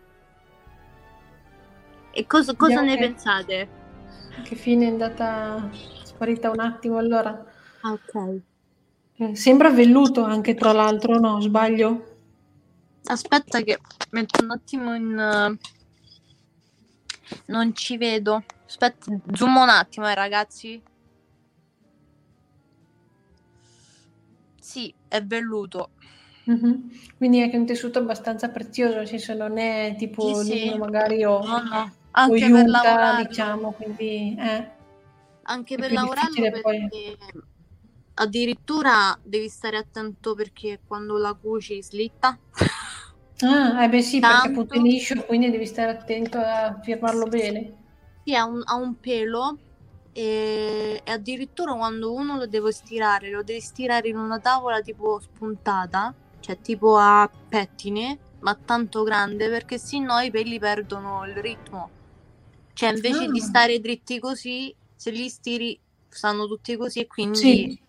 E cosa, cosa ne che, pensate? Che Fine è andata sparita un attimo allora. Ah, ok. Eh, sembra velluto anche, tra l'altro, no? Sbaglio? Aspetta che metto un attimo in... Non ci vedo. Aspetta, zoom un attimo, eh, ragazzi. Sì, è velluto. Mm-hmm. Quindi è anche un tessuto abbastanza prezioso, nel senso non è tipo Sì, lino sì. magari o, No, no. o Anche per yunta, lavorarlo. diciamo, quindi eh, Anche è per più lavorarlo difficile poi. perché addirittura devi stare attento perché quando la cuci slitta. Ah, eh beh sì, perché Tanto. appunto è liscio, quindi devi stare attento a firmarlo bene. Sì, ha un, ha un pelo e, e addirittura quando uno lo deve stirare, lo devi stirare in una tavola tipo spuntata, cioè tipo a pettine, ma tanto grande perché sennò i peli perdono il ritmo. Cioè invece Ah. di stare dritti così, se li stiri stanno tutti così e quindi Sì.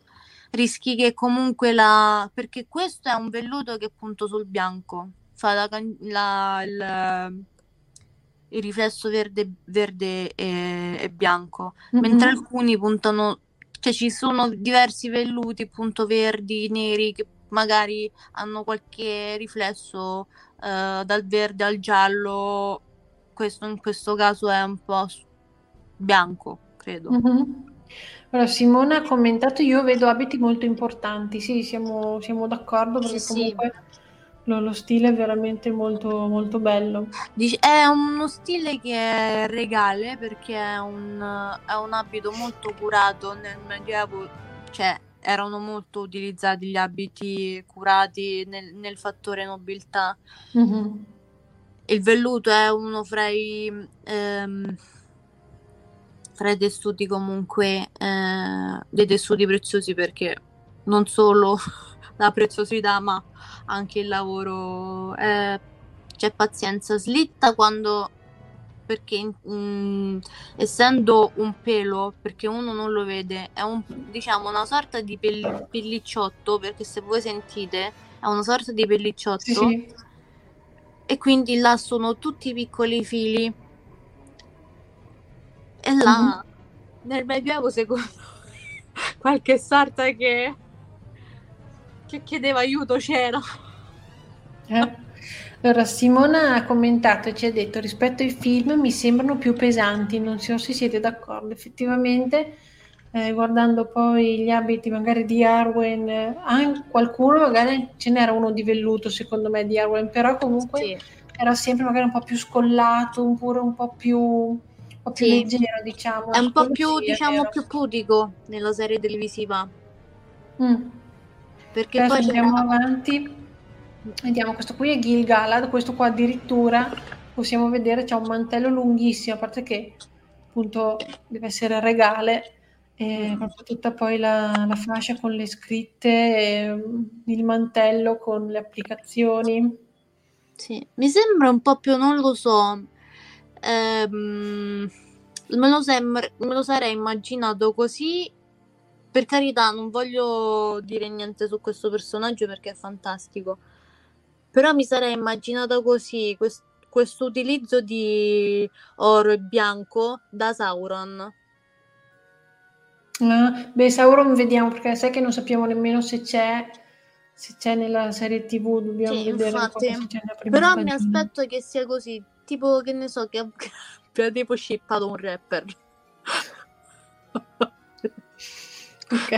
rischi che comunque la... perché questo è un velluto che punto sul bianco, fa la, can- la- il, il riflesso verde, verde e, e bianco, mentre Mhm. alcuni puntano, cioè ci sono diversi velluti, appunto verdi, neri, che magari hanno qualche riflesso eh, dal verde al giallo. Questo in questo caso è un po' s- bianco, credo. Mhm. Allora, Simona ha commentato, io vedo abiti molto importanti, sì, siamo, siamo d'accordo Sì, perché sì. comunque lo, lo stile è veramente molto, molto bello. Dic- è uno stile che è regale perché è un, è un abito molto curato nel Medioevo, cioè erano molto utilizzati gli abiti curati nel, nel fattore nobiltà. Mhm. Il velluto è uno fra i, ehm, fra i tessuti comunque, eh, dei tessuti preziosi perché non solo la preziosità ma anche il lavoro, eh, c'è pazienza, slitta quando, perché mm, essendo un pelo, perché uno non lo vede, è un, diciamo una sorta di pelli- pellicciotto, perché se voi sentite è una sorta di Sì, pellicciotto sì. e quindi là sono tutti piccoli fili e là Mhm. nel Medioevo secondo qualche sorta che, che chiedeva aiuto c'era. Eh. Allora, Simona ha commentato e ci ha detto, rispetto ai film mi sembrano più pesanti, non so se siete d'accordo. Effettivamente, eh, guardando poi gli abiti magari di Arwen, eh, anche qualcuno magari ce n'era uno di velluto secondo me di Arwen, però comunque Sì, era sempre magari un po' più scollato, oppure un po' più, un po' più sì. leggero, diciamo. È Su un po' quello più, sì, è diciamo, vero. più pudico nella serie televisiva, Mm. perché Adesso poi andiamo c'era... avanti, vediamo, questo qui è Gil-galad, questo qua addirittura possiamo vedere c'ha un mantello lunghissimo, a parte che appunto deve essere regale, e proprio tutta poi la, la fascia con le scritte, e, il mantello con le applicazioni. Sì, mi sembra un po' più, non lo so, ehm, me lo, sem- me lo sarei immaginato così, per carità, non voglio dire niente su questo personaggio perché è fantastico, però mi sarei immaginata così, questo utilizzo di oro e bianco da Sauron. Ah, beh, Sauron vediamo, perché sai che non sappiamo nemmeno se c'è, se c'è nella serie T V, dobbiamo Sì, vedere ancora infatti, se c'è nella prima però mi stagione. aspetto che sia così, tipo che ne so, che abbia tipo shippato un rapper. Ok.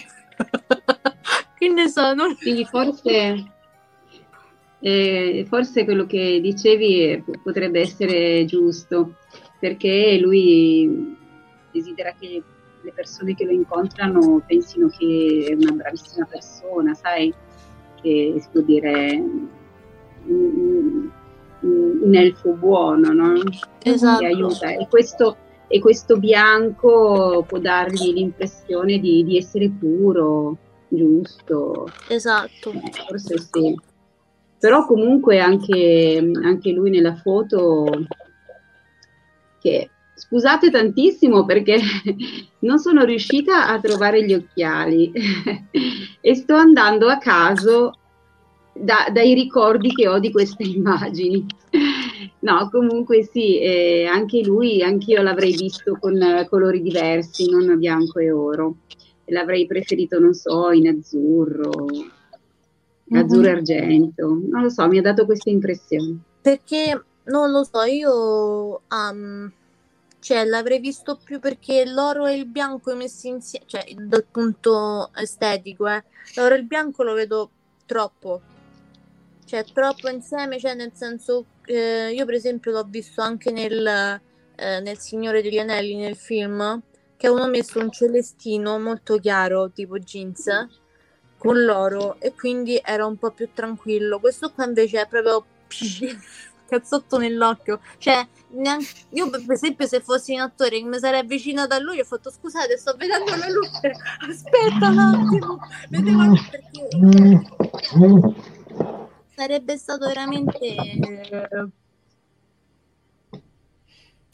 Che ne so, non... Quindi forse, eh, forse quello che dicevi eh, p- potrebbe essere giusto, perché lui desidera che le persone che lo incontrano pensino che è una bravissima persona, sai, che si può dire un, un- un elfo buono, no? Esatto. Che aiuta. E questo, e questo bianco può dargli l'impressione di, di essere puro, giusto. Esatto. Eh, forse sì. Però comunque anche, anche lui nella foto, che scusate tantissimo perché non sono riuscita a trovare gli occhiali e sto andando a caso da- dai ricordi che ho di queste immagini. No, comunque sì, eh, anche lui, anch'io l'avrei visto con eh, colori diversi, non bianco e oro. E l'avrei preferito, non so, in azzurro, azzurro e Mhm. argento. Non lo so, mi ha dato questa impressione. Perché non lo so, io um, cioè l'avrei visto più perché l'oro e il bianco messi insieme, cioè dal punto estetico, eh, l'oro e il bianco lo vedo troppo, cioè troppo insieme, cioè nel senso, eh, io per esempio l'ho visto anche nel, eh, nel Signore degli Anelli, nel film, che avevano messo un celestino molto chiaro, tipo jeans, con l'oro, e quindi era un po' più tranquillo. Questo qua invece è proprio cazzotto nell'occhio, cioè neanche... io per esempio se fossi un attore che mi sarei avvicinata a lui ho fatto scusate sto vedendo la luce, aspetta un attimo, vedevo la... perché cioè, sarebbe stato veramente eh,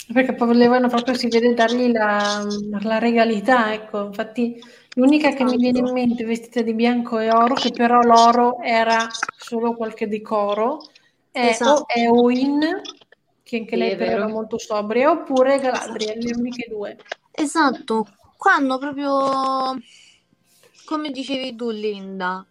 Perché poi volevano proprio, si vede, dargli la, la regalità, ecco. Infatti l'unica che mi viene in mente vestita di bianco e oro, che però l'oro era solo qualche decoro, è Esatto. o Eowyn, che anche Sì, lei è però era vero. molto sobria, oppure Galadriel, le uniche due. Esatto, qua hanno proprio, come dicevi tu, Linda,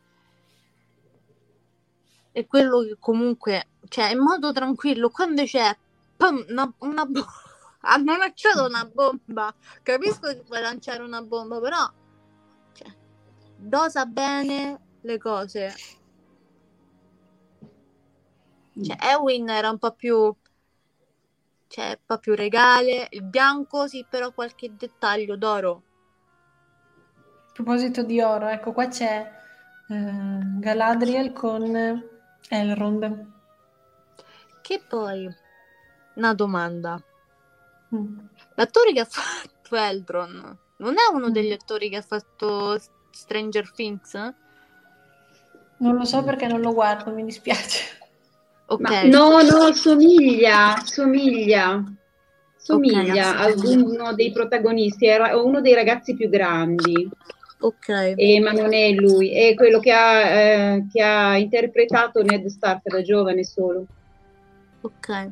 è quello che comunque, cioè, in modo tranquillo, qua invece è pam, una, una bo- hanno lanciato una bomba. Capisco che puoi lanciare una bomba, però cioè, dosa bene le cose. Cioè, Eowyn era un po' più, cioè, un po' più regale, il bianco sì, però qualche dettaglio d'oro. A proposito di oro, ecco, qua c'è eh, Galadriel con Elrond. Che poi, una domanda. Mm. L'attore che ha fatto Eldron non è uno Mm. degli attori che ha fatto Stranger Things? Non lo so perché non lo guardo, mi dispiace. Ok. Ma no, no, somiglia, somiglia, somiglia Ok. a uno dei protagonisti, era uno dei ragazzi più grandi, Ok. eh, ma non è lui, è quello che ha, eh, che ha interpretato Ned Stark da giovane solo. Ok.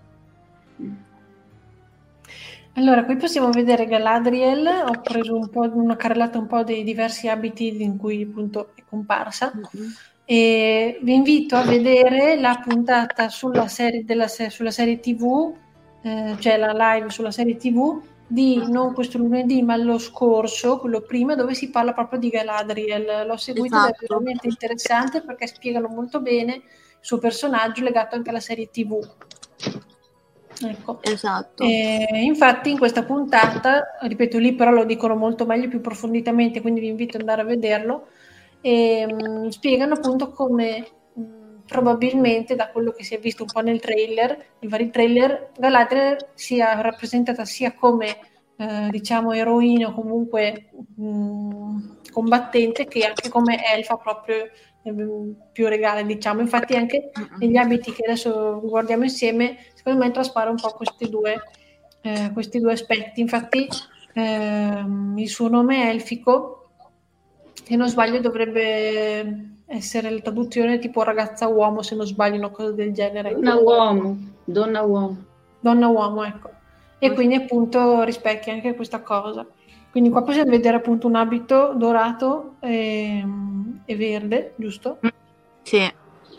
Allora, qui possiamo vedere Galadriel, ho preso un po', una carrellata un po' dei diversi abiti in cui appunto è comparsa, Mm-hmm. e vi invito a vedere la puntata sulla serie, della, sulla serie tivù, eh, cioè la live sulla serie tivù di non questo lunedì ma lo scorso, quello prima, dove si parla proprio di Galadriel. L'ho seguito ed è Esatto. veramente interessante perché spiegano molto bene il suo personaggio legato anche alla serie tivù. Ecco. Esatto. E infatti in questa puntata, ripeto, lì però lo dicono molto meglio, più approfonditamente, quindi vi invito ad andare a vederlo, e mh, spiegano appunto come mh, probabilmente, da quello che si è visto un po' nel trailer, i vari trailer, Galadriel sia rappresentata sia come eh, diciamo eroina o comunque mh, combattente, che anche come elfa proprio eh, più regale, diciamo. Infatti anche negli abiti che adesso guardiamo insieme, secondo me traspare un po' questi due, eh, questi due aspetti. Infatti ehm, il suo nome è elfico, se non sbaglio dovrebbe essere la traduzione tipo ragazza uomo, se non sbaglio, una cosa del genere. Donna uomo, donna uomo. Donna uomo, ecco. E quindi appunto rispecchia anche questa cosa. Quindi qua possiamo vedere appunto un abito dorato e, e verde, giusto? Sì.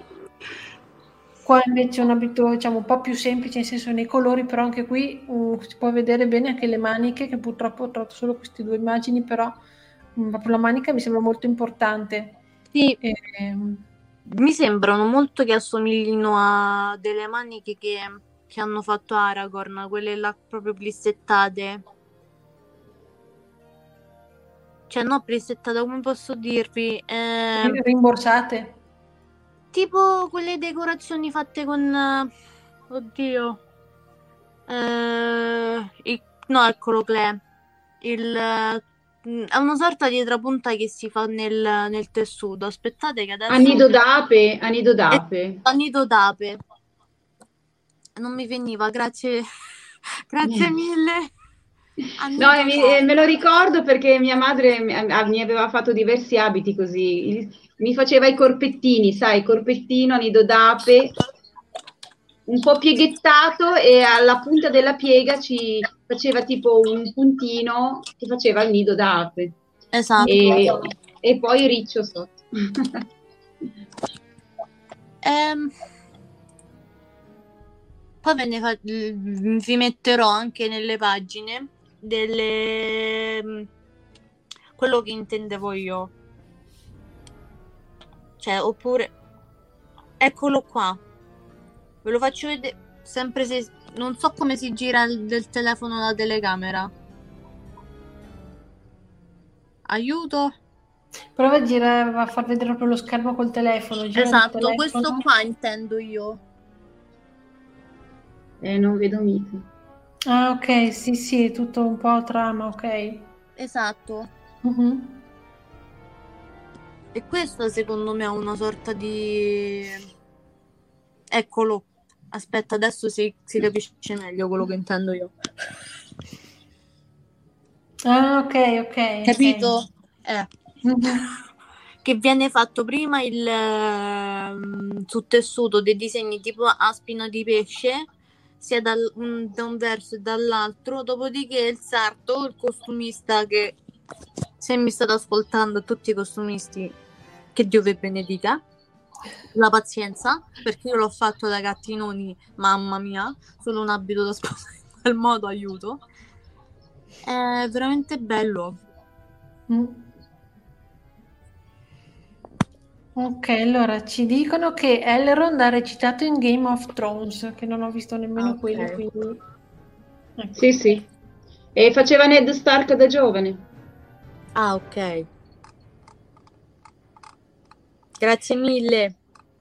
Qua invece è un abito, diciamo, un po' più semplice, nel senso nei colori, però anche qui um, si può vedere bene anche le maniche, che purtroppo ho trovato solo queste due immagini, però um, proprio la manica mi sembra molto importante. Sì. E, um, mi sembrano molto che assomiglino a delle maniche che, che hanno fatto Aragorn, quelle là proprio plissettate. Cioè, no, plissettate, come posso dirvi? Eh, rimborsate. Tipo quelle decorazioni fatte con... Oddio. Eh, il, no, eccolo Cle. Il, è una sorta di trapunta che si fa nel, nel tessuto. Aspettate che adesso... Anido d'ape, anido d'ape. Anido d'ape. Non mi veniva, grazie. Grazie mille. No, e mi, e me lo ricordo perché mia madre mi, mi aveva fatto diversi abiti così. Mi faceva i corpettini, sai, corpettino, nido d'ape, un po' pieghettato, e alla punta della piega ci faceva tipo un puntino che faceva il nido d'ape. Esatto. E, e poi riccio sotto. ehm, poi ve ne fa, vi metterò anche nelle pagine delle quello che intendevo io, cioè, oppure eccolo qua, ve lo faccio vedere, sempre se non so come si gira il, del telefono la telecamera. Aiuto. Prova a girare, a far vedere proprio lo schermo col telefono. Gira esatto, telefono. Questo qua intendo io. Eh, non vedo mica. Ah, ok, sì, sì, è tutto un po' trama, ok. Esatto. Uh-huh. E questo secondo me è una sorta di... Eccolo. Aspetta, adesso si, si capisce meglio quello che intendo io. Ah, ok, ok. Capito? Okay. Eh. Che viene fatto prima il um, su tessuto dei disegni tipo a spina di pesce, sia dal, un, da un verso e dall'altro, dopodiché il sarto, il costumista, che se mi state ascoltando tutti i costumisti, che Dio vi benedica, la pazienza, perché io l'ho fatto da gattinoni, mamma mia, solo un abito da sposa in quel modo, aiuto. È veramente bello. Mm. Ok, allora ci dicono che Elrond ha recitato in Game of Thrones, che non ho visto nemmeno Ah, ok. quello, quindi... Ecco. Sì, sì. E faceva Ned Stark da giovane. Ah, ok. Grazie mille.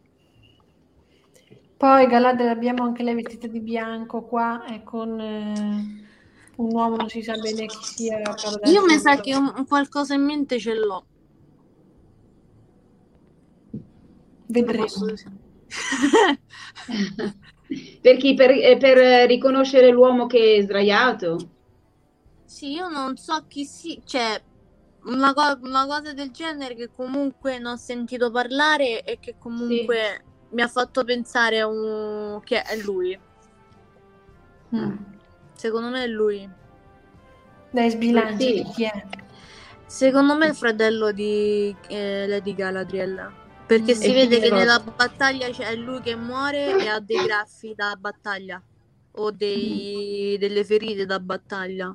Poi Galadriel abbiamo anche lei vestita di bianco qua e con eh, un uomo, non si sa bene chi sia. Per Io adesso. mi sa che un, un qualcosa in mente ce l'ho. Vedremo. Per chi? Per, eh, per riconoscere l'uomo che è sdraiato? Sì, io non so chi si... Cioè, una, co- una cosa del genere che comunque non ho sentito parlare e che comunque mi ha fatto pensare a un... che è lui. Mm. Secondo me è lui. Dai, sbilanci, Sì. chi è? Secondo me è il fratello di eh, Lady Galadriel. Perché Mm. si E vede che Fingolfin. nella battaglia c'è lui che muore e ha dei graffi da battaglia. O dei, delle ferite da battaglia.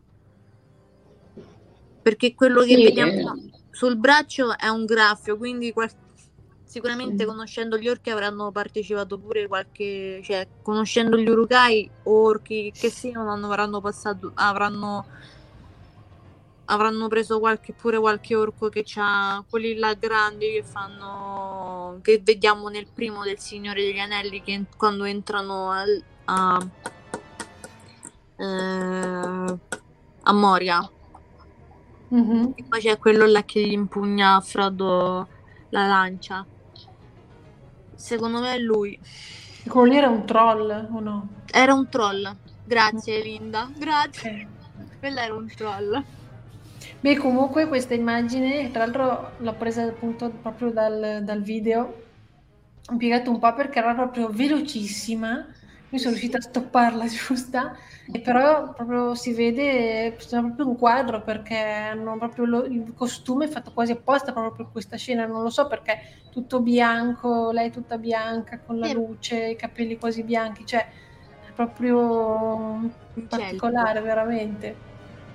Perché quello che Sì, vediamo eh, sul braccio è un graffio, quindi qual- sicuramente sì. conoscendo gli orchi avranno partecipato pure qualche, cioè conoscendo gli urukai o orchi che siano avranno passato, avranno avranno preso qualche pure qualche orco che c'ha quelli là grandi che fanno, che vediamo nel primo del Signore degli Anelli, che quando entrano al, a eh, a Moria. Mhm. E poi c'è quello là che gli impugna a Frodo la lancia. Secondo me è lui. Quello lì era un troll o no? Era un troll. Grazie Linda, grazie. Ok. Quello era un troll. Beh, comunque questa immagine, tra l'altro l'ho presa appunto proprio dal, dal video, ho impiegato un po' perché era proprio velocissima, io sono riuscita a stopparla giusta, e però proprio si vede, sembra proprio un quadro perché hanno proprio lo- il costume fatto quasi apposta proprio per questa scena, non lo so perché tutto bianco, lei tutta bianca con la Sì. luce, i capelli quasi bianchi, cioè è proprio particolare veramente.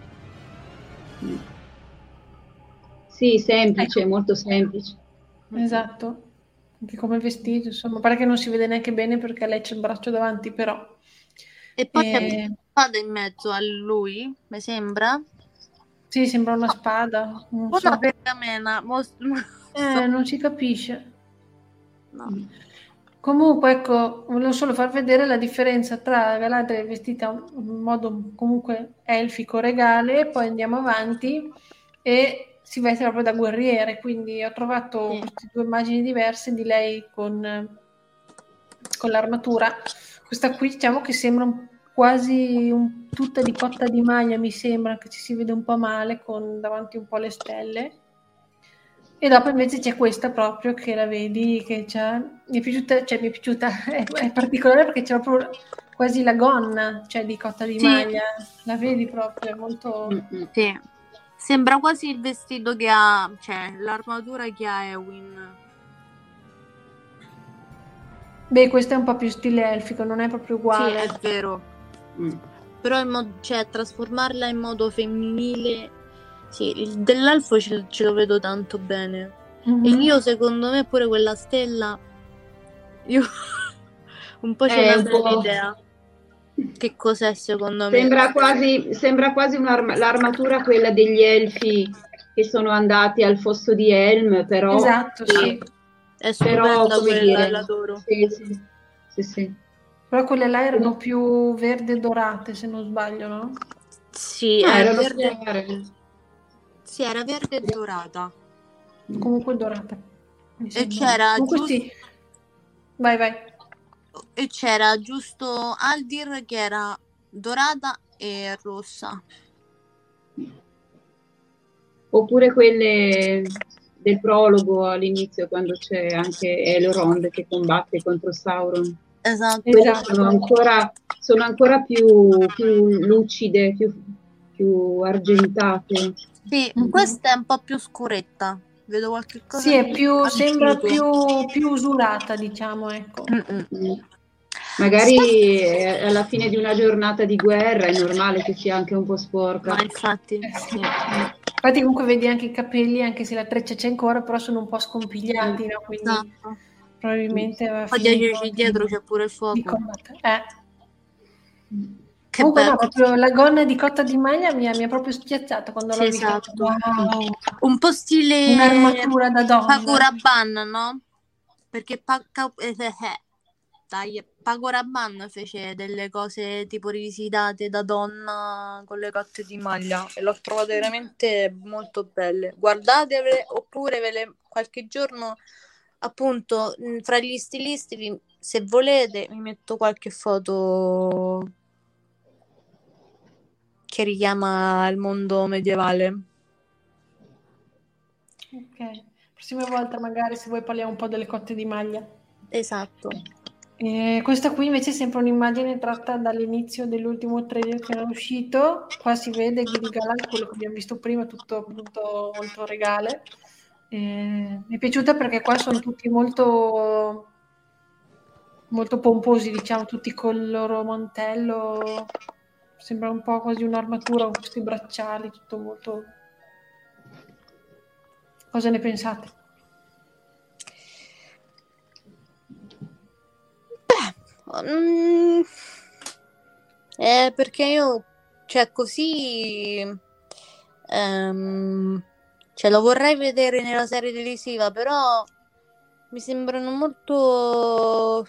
Sì, semplice, Ecco. molto semplice. Esatto, anche come vestito, insomma, pare che non si vede neanche bene perché lei c'è il braccio davanti, però. E poi E... c'è una spada in mezzo a lui, mi sembra. Sì, sembra una spada, non Una so. pergamena. Mos- Eh, non si capisce. No. Comunque, ecco, volevo solo far vedere la differenza tra Galadriel vestita in modo comunque elfico, regale, e poi andiamo avanti e si veste proprio da guerriere, quindi ho trovato Sì. queste due immagini diverse di lei con, con l'armatura. Questa qui diciamo che sembra un, quasi un, tutta di cotta di maglia, mi sembra che ci si vede un po' male con davanti un po' le stelle. E dopo invece c'è questa proprio che la vedi che c'ha, mi è piaciuta, cioè mi è piaciuta, è, è particolare perché c'è proprio quasi la gonna, cioè di cotta di Sì. maglia, la vedi proprio, è molto... Mm-mm. Sì. Sembra quasi il vestito che ha, cioè l'armatura che ha Eowyn. Beh, questo è un po' più stile elfico, non è proprio Sì, uguale. è vero. Mm. Però in modo, cioè, trasformarla in modo femminile, sì, il dell'elfo ce, ce lo vedo tanto bene. Mhm. E io secondo me pure quella stella, io un po' ce È l'ho un po'... l'idea. Che cos'è secondo me? Sembra quasi, sembra quasi un'arma- l'armatura quella degli elfi che sono andati al fosso di Helm, però, Esatto, sì. È però stupenda come quella, dire, l'adoro. sì, sì, sì, sì. Però quelle là erano più verde dorate, se non sbaglio, no? Sì, No, è erano verde. chiare. Sì, era verde e dorata. Comunque dorate. mi E sembra. c'era Comunque giusto. sì. Vai, vai. e c'era giusto Aldir che era dorata e rossa. Oppure quelle del prologo all'inizio, quando c'è anche Elrond che combatte contro Sauron. Esatto. Quelle Esatto. sono ancora, sono ancora più, più lucide, più, più argentate. Sì, Mhm. questa è un po' più scuretta. Vedo qualche cosa. Sì, è di più, sembra antico. più, più usurata, diciamo, ecco. Mm-mm. Mm. Magari eh, alla fine di una giornata di guerra è normale che sia anche un po' sporca. Ma infatti, Eh, sì. sì. Infatti comunque vedi anche i capelli, anche se la treccia c'è ancora, però sono un po' scompigliati, no? Quindi Esatto. probabilmente aveva Poi finito dietro, dietro c'è pure il di fuoco. combattere. Eh. Che Comunque no, bello. proprio la gonna di cotta di maglia mi ha, mi ha proprio spiazzato quando Sì, l'ho vista. esatto. Wow, Un po' stile un'armatura da donna. Paco Rabanne, no? Perché pa- ca- eh, eh, eh. Dai, Paco Rabanne fece delle cose tipo rivisitate da donna con le cotte di maglia e l'ho trovate veramente molto belle. Guardatevele oppure ve le qualche giorno appunto mh, fra gli stilisti vi- se volete mi metto qualche foto che richiama il mondo medievale. Ok, prossima volta magari se vuoi parliamo un po' delle cotte di maglia. Esatto. E questa qui invece è sempre un'immagine tratta dall'inizio dell'ultimo trailer che era uscito. Qua si vede Gil-galad, quello che abbiamo visto prima, tutto appunto molto regale. E mi è piaciuta perché qua sono tutti molto molto pomposi, diciamo, tutti con il loro mantello. Sembra un po' quasi un'armatura con questi bracciali, tutto molto... Cosa ne pensate? Mm, eh, perché io, cioè, così, ehm, cioè, lo vorrei vedere nella serie televisiva, però mi sembrano molto.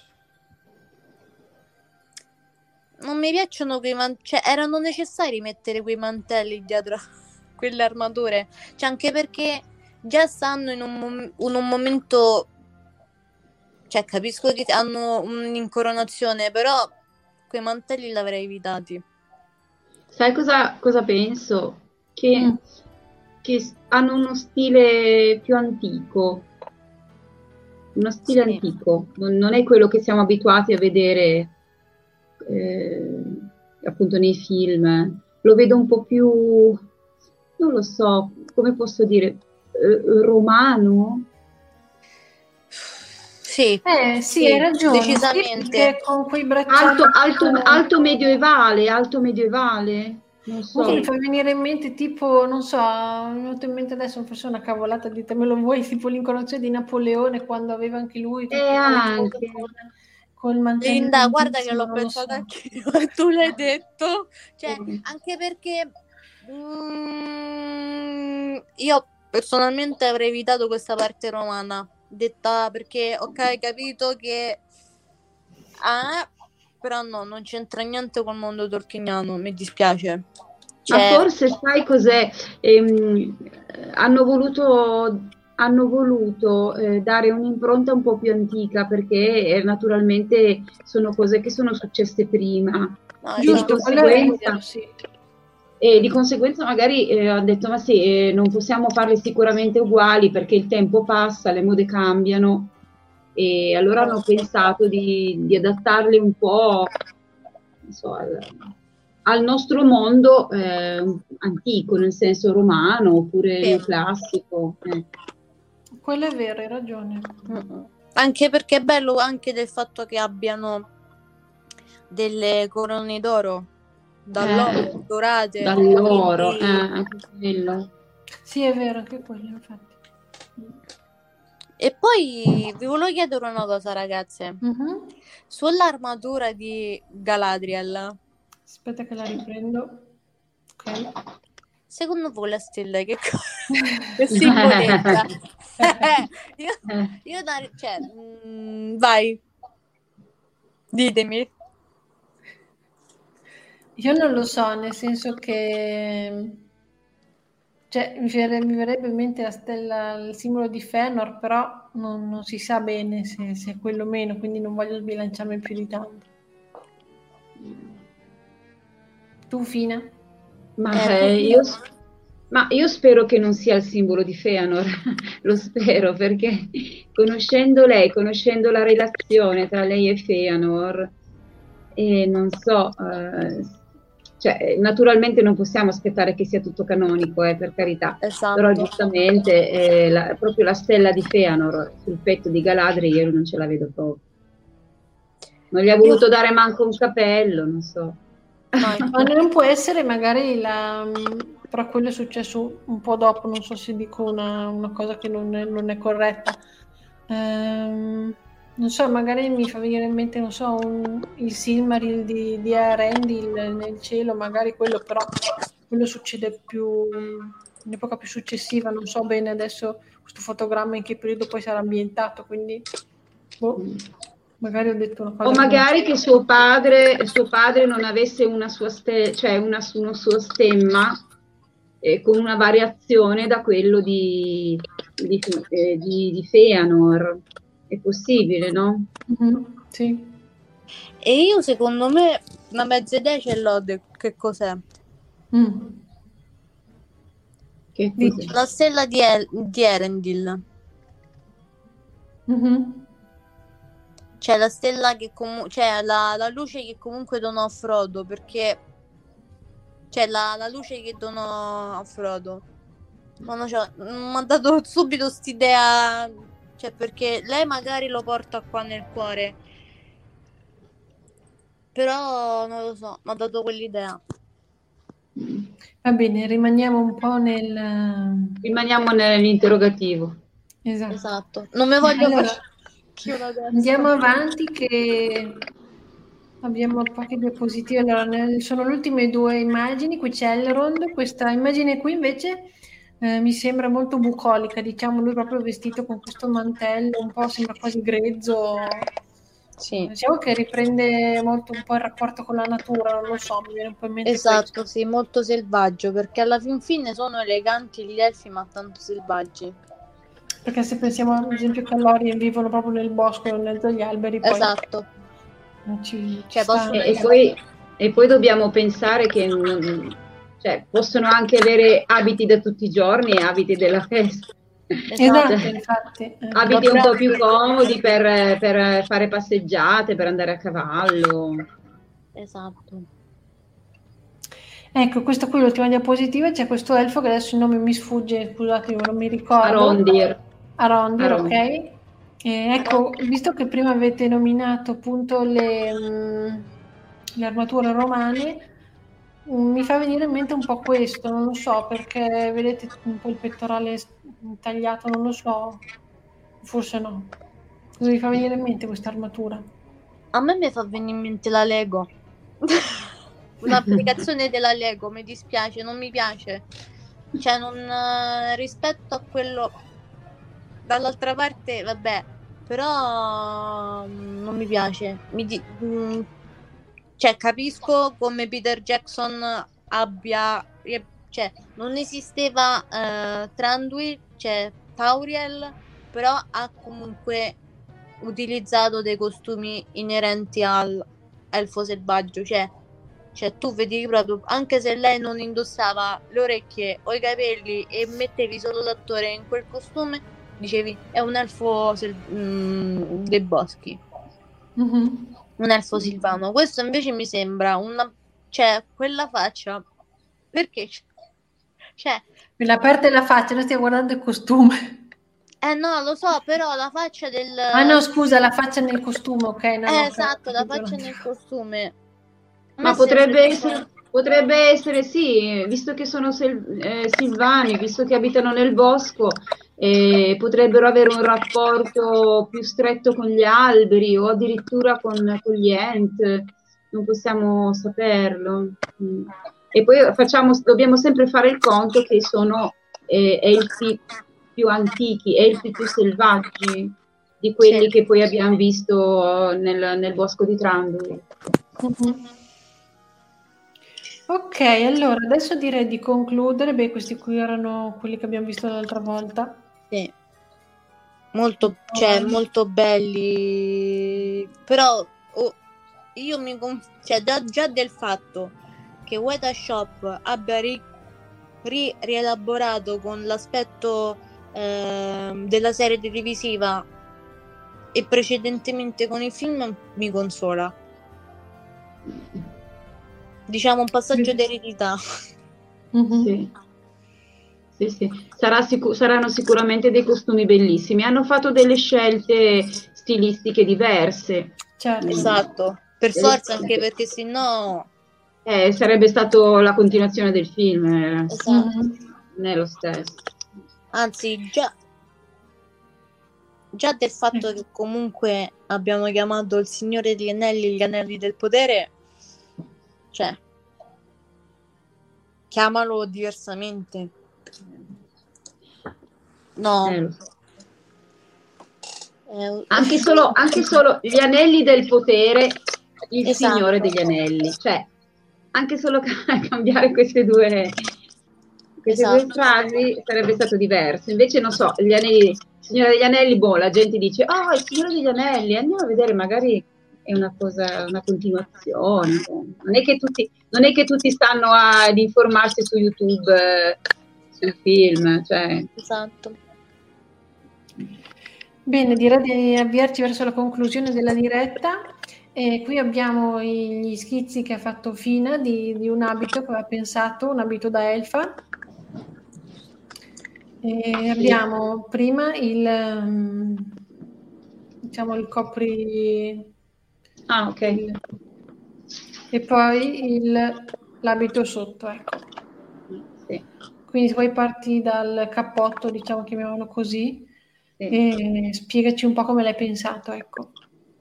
Non mi piacciono quei mantelli, cioè, erano necessari mettere quei mantelli dietro a quelle armature, cioè, anche perché già stanno in un, mom- in un momento. Cioè, capisco che hanno un'incoronazione, però quei mantelli l'avrei evitati. Sai cosa, cosa penso? Che, Mm. che s- hanno uno stile più antico, uno stile Sì. antico, non, non è quello che siamo abituati a vedere eh, appunto nei film. Lo vedo un po' più, non lo so, come posso dire, eh, romano? Sì, Eh sì, sì, hai ragione, sì, decisamente. perché con quei bracciali... Alto, alto, alto medievale, alto medievale, non so. Comunque mi fa venire in mente tipo, non so, mi è venuto in mente adesso forse una cavolata, ditemelo voi, tipo l'incoronazione di Napoleone quando aveva anche lui tutte E quelle anche. cose con, col mantello Linda, guarda che lunghissimo, l'ho non lo pensato so. anch'io, tu l'hai detto. Cioè, Mm. anche perché mm, io personalmente avrei evitato questa parte romana, detta perché, ok, capito che ah, però no, non c'entra niente col mondo tolkieniano, mi dispiace. Ma Cioè, forse sai cos'è? Ehm, hanno voluto, hanno voluto eh, dare un'impronta un po' più antica perché eh, naturalmente sono cose che sono successe prima no, e di Giusto, esatto. quello è conseguenza, vero, sì. e di conseguenza magari eh, hanno detto ma sì, eh, non possiamo farle sicuramente uguali perché il tempo passa, le mode cambiano e allora hanno pensato di, di adattarle un po', non so, al, al nostro mondo eh, antico, nel senso romano oppure Sì. neoclassico. eh. Quello è vero, hai ragione. Mm-mm. Anche perché è bello anche del fatto che abbiano delle corone d'oro dall'oro, Eh, dorate, dall'oro, quindi- eh, anche quello. Sì, è vero, anche quello, infatti. E poi vi volevo chiedere una cosa, ragazze. Mhm. Sull'armatura di Galadriel, Aspetta che la riprendo. Ok. secondo voi la stella che, co- che simboleggia? io, Eh. io da- cioè, mm, vai, ditemi. Io non lo so, nel senso che Cioè, mi verrebbe, mi verrebbe in mente la stella, il simbolo di Fëanor, però non, non si sa bene se, se è quello o meno, quindi non voglio sbilanciarmi più di tanto. Tu, Fina? Ma, Eh, eh, io, ma io spero che non sia il simbolo di Fëanor, lo spero, perché conoscendo lei, conoscendo la relazione tra lei e Fëanor, e non so, eh, cioè, naturalmente non possiamo aspettare che sia tutto canonico, eh, per carità, esatto. però giustamente eh, la- proprio la stella di Fëanor sul petto di Galadriel io non ce la vedo proprio. Non gli ha voluto dare manco un capello, non so. No, Ma non può essere magari la... però quello è successo un po' dopo, non so se dico una, una cosa che non è, non è corretta. Ehm, non so, magari mi fa venire in mente, non so, un- il Silmaril di, di Elendil nel cielo, magari quello, però quello succede più in epoca più successiva, non so bene adesso questo fotogramma in che periodo poi sarà ambientato, quindi boh, magari ho detto una cosa. O magari che suo padre, suo padre non avesse una sua ste- cioè una, su- uno suo stemma eh, con una variazione da quello di, di, eh, di, di Fëanor. È possibile, no? Mhm, sì. E io secondo me una mezza idea ce l'ho di che cos'è. Mm. Che Dici. cos'è? La stella di, El- di Erendil. Mhm. Cioè la stella che comunque, cioè la, la luce che comunque donò a Frodo, perché cioè la, la luce che donò a Frodo. Ma no, cioè, mi ha dato subito st'idea, cioè perché lei magari lo porta qua nel cuore, però non lo so, mi ha dato quell'idea. Va bene, rimaniamo un po' nel... Rimaniamo nell'interrogativo. Esatto. Esatto, non mi voglio Allora, fare chiudo adesso. andiamo avanti che abbiamo poche diapositive. Allora, ne- sono le ultime due immagini, qui c'è Elrond, questa immagine qui invece eh, mi sembra molto bucolica, diciamo lui proprio vestito con questo mantello, un po' sembra quasi grezzo. Sì, Diciamo che riprende molto un po' il rapporto con la natura, non lo so, mi viene un po' in mente esatto, questo. sì, molto selvaggio, perché alla fin fine sono eleganti gli elfi, ma tanto selvaggi. Perché se pensiamo ad esempio che Lorien vivono proprio nel bosco, in mezzo agli alberi, poi Esatto. non ci, ci Cioè, sta. possono E, e poi, e poi dobbiamo pensare che non- cioè, possono anche avere abiti da tutti i giorni e abiti della festa. Esatto, Cioè, infatti. eh. abiti un po' più comodi per, per fare passeggiate, per andare a cavallo. Esatto. Ecco, questa qui è l'ultima diapositiva, c'è questo elfo che adesso il nome mi sfugge, scusate, non mi ricordo. Arondir. Arondir, Arondir. ok. E ecco, visto che prima avete nominato appunto le, mh, le armature romane, mh, mi fa venire in mente un po' questo, non lo so, perché vedete un po' il pettorale s- tagliato, non lo so, forse no. Cosa vi fa venire in mente questa armatura? A me mi fa venire in mente la Lego. Un'applicazione della Lego, mi dispiace, non mi piace. Cioè, non eh, rispetto a quello dall'altra parte, vabbè, però mm, non mi piace. Mi di- mm, cioè, capisco come Peter Jackson abbia, cioè, non esisteva eh, Thranduil, cioè Tauriel, però ha comunque utilizzato dei costumi inerenti al elfo selvaggio, cioè, cioè tu vedi proprio, anche se lei non indossava le orecchie o i capelli e mettevi solo l'attore in quel costume, dicevi è un elfo sel- mm, dei boschi, Mm-hmm. un elfo silvano. Questo invece mi sembra una, cioè quella faccia, perché c- cioè Me la parte la faccia, noi stiamo guardando il costume. eh no, lo so, però la faccia del Ah no, scusa, la faccia nel costume, ok? No, eh, no, esatto, la capito. faccia nel costume. A Ma me potrebbe sembra- essere, potrebbe essere sì, visto che sono sel- eh, silvani, visto che abitano nel bosco, eh, potrebbero avere un rapporto più stretto con gli alberi o addirittura con, con gli Ent, non possiamo saperlo. Mm. E poi facciamo, dobbiamo sempre fare il conto che sono eh, elfi più antichi, elfi più selvaggi di quelli Sì. che poi abbiamo visto nel, nel bosco di Thranduil. Mhm. Ok, allora adesso direi di concludere. Beh, questi qui erano quelli che abbiamo visto l'altra volta. Sì. Molto, cioè, molto belli, però oh, io mi con- cioè, da- già del fatto che Weta Shop abbia ri- ri- rielaborato con l'aspetto ehm, della serie televisiva e precedentemente con il film mi consola. Diciamo un passaggio d'eredità. Mhm. Sì. Sì, sì. Sarà sicu- saranno sicuramente dei costumi bellissimi. Hanno fatto delle scelte stilistiche diverse. Certo. Esatto, per Delle- forza, anche perché sennò Eh, sarebbe stato la continuazione del film, eh, esatto. Mhm. non è lo stesso. Anzi, già, già del fatto che comunque abbiamo chiamato il Signore degli Anelli gli Anelli del Potere, cioè, chiamalo diversamente. No. Eh, lo so. Eh, Anche solo, anche solo gli anelli del potere, il Esatto. Signore degli Anelli, cioè anche solo ca- cambiare queste due, queste due Esatto. frasi sarebbe stato diverso. Invece, non so, gli anelli, Signore degli Anelli, boh, la gente dice, oh, il Signore degli Anelli, andiamo a vedere, magari è una cosa, una continuazione. Non è che tutti, non è che tutti stanno a- ad informarsi su YouTube, eh, sul film, cioè. Esatto. Bene, direi di avviarci verso la conclusione della diretta. E qui abbiamo i- gli schizzi che ha fatto Fina di, di un abito che aveva pensato, un abito da elfa. E abbiamo prima il, um, diciamo, il copri... Ah, ok. il- e poi il, l'abito sotto, ecco. Sì. Quindi poi parti dal cappotto, diciamo, chiamiamolo così, Sì. e spiegaci un po' come l'hai pensato, ecco.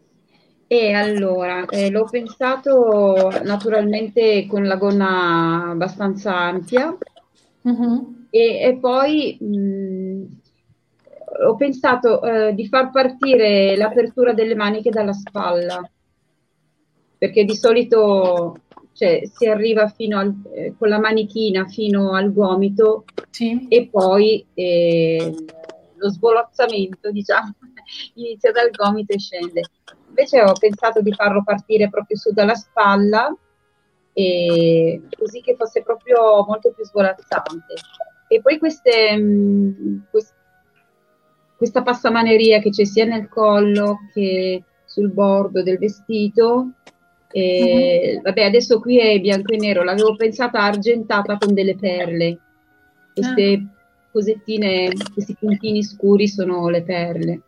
E allora, eh, l'ho pensato naturalmente con la gonna abbastanza ampia Mhm. e, e poi mh, ho pensato eh, di far partire l'apertura delle maniche dalla spalla, perché di solito cioè, si arriva fino al, eh, con la manichina fino al gomito Sì. e poi eh, lo svolazzamento, diciamo, inizia dal gomito e scende. Invece ho pensato di farlo partire proprio su dalla spalla, e così che fosse proprio molto più svolazzante. E poi queste, mh, quest- questa passamaneria che c'è sia nel collo che sul bordo del vestito. E, vabbè, adesso qui è bianco e nero, l'avevo pensata argentata con delle perle. Queste cosettine, questi puntini scuri sono le perle.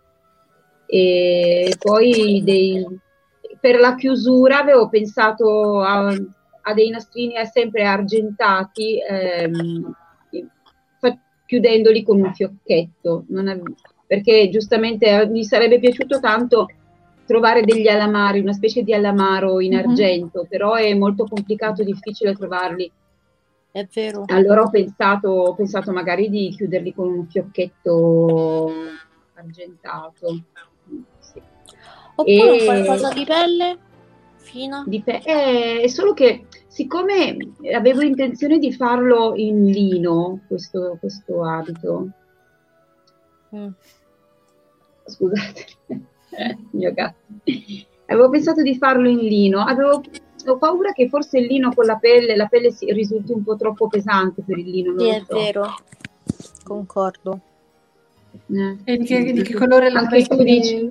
E poi dei, per la chiusura avevo pensato a, a dei nastrini sempre argentati, ehm, fa- chiudendoli con un fiocchetto, non ave- perché giustamente mi sarebbe piaciuto tanto trovare degli alamari, una specie di alamaro in Mhm. argento, però è molto complicato, difficile trovarli. È vero. Allora ho pensato, ho pensato magari di chiuderli con un fiocchetto argentato. Sì. Oppure E- qualcosa di pelle fina. Di pe- eh, è solo che siccome avevo intenzione di farlo in lino, questo, questo abito, Mm. scusate, il mio gatto, avevo pensato di farlo in lino, avevo, ho paura che forse il lino con la pelle, la pelle si, risulti un po' troppo pesante per il lino, non Sì, lo è so. vero. Concordo. Eh. E di che, di che colore Anche l'avresti... tu dici?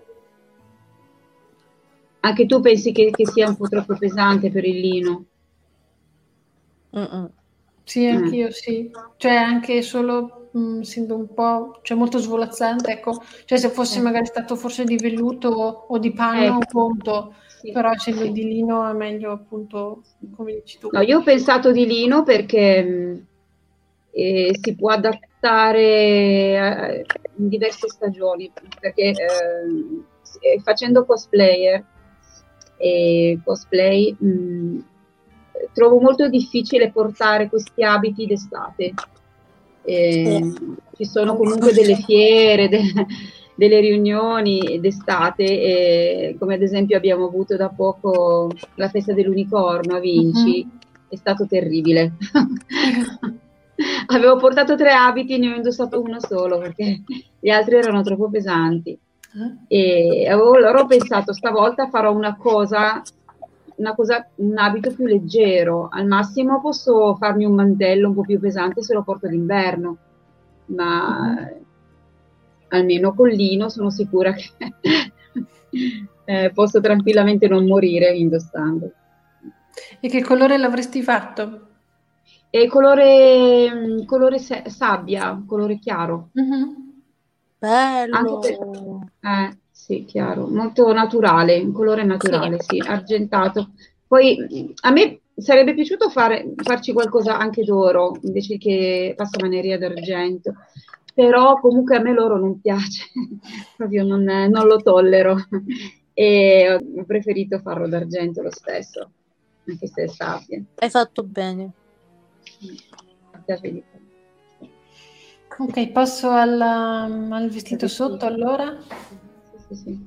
Anche tu pensi che, che sia un po' troppo pesante per il lino? Mm-mm. Sì, anch'io sì. Cioè anche solo mh, essendo un po', cioè molto svolazzante, ecco. Cioè se fosse Eh. magari stato forse di velluto o di panno, Eh. un conto, Sì, però essendo sì. di lino è meglio appunto, come dici tu. No, io ho pensato di lino perché mh, eh, si può adattare eh, in diverse stagioni, perché ehm, eh, facendo cosplayer e cosplay mh, trovo molto difficile portare questi abiti d'estate. Eh, ci sono comunque delle fiere, de- delle riunioni d'estate, e, come ad esempio abbiamo avuto da poco la festa dell'unicorno a Vinci. Mhm. è stato terribile. Avevo portato tre abiti, ne ho indossato uno solo perché gli altri erano troppo pesanti. E avevo, allora ho pensato, stavolta farò una cosa, una cosa, un abito più leggero. Al massimo posso farmi un mantello un po' più pesante se lo porto d'inverno, ma uh-huh. almeno con Lino sono sicura che eh, posso tranquillamente non morire indossando. E che colore l'avresti fatto? È colore, colore se- sabbia, colore chiaro. Uh-huh. Bello. Per, eh, sì, chiaro, molto naturale, un colore naturale, sì. sì, argentato. Poi a me sarebbe piaciuto fare, farci qualcosa anche d'oro invece che passamaneria d'argento, però comunque a me l'oro non piace, proprio non, non lo tollero e ho preferito farlo d'argento lo stesso, anche se è sabbia. Hai fatto bene. Mi piace di più. Ok, passo alla, al vestito sotto allora. Sì, sì, sì.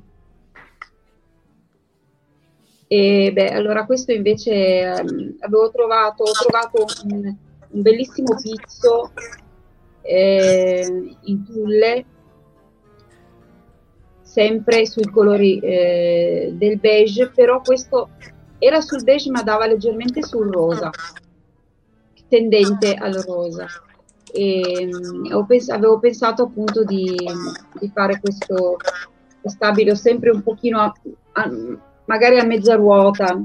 E beh, allora questo invece um, avevo trovato, ho trovato un, un bellissimo pizzo eh, in tulle, sempre sui colori eh, del beige, però questo era sul beige ma dava leggermente sul rosa, tendente al rosa. E um, pens- avevo pensato appunto di, di fare questo stabilo sempre un pochino a, a, magari a mezza ruota,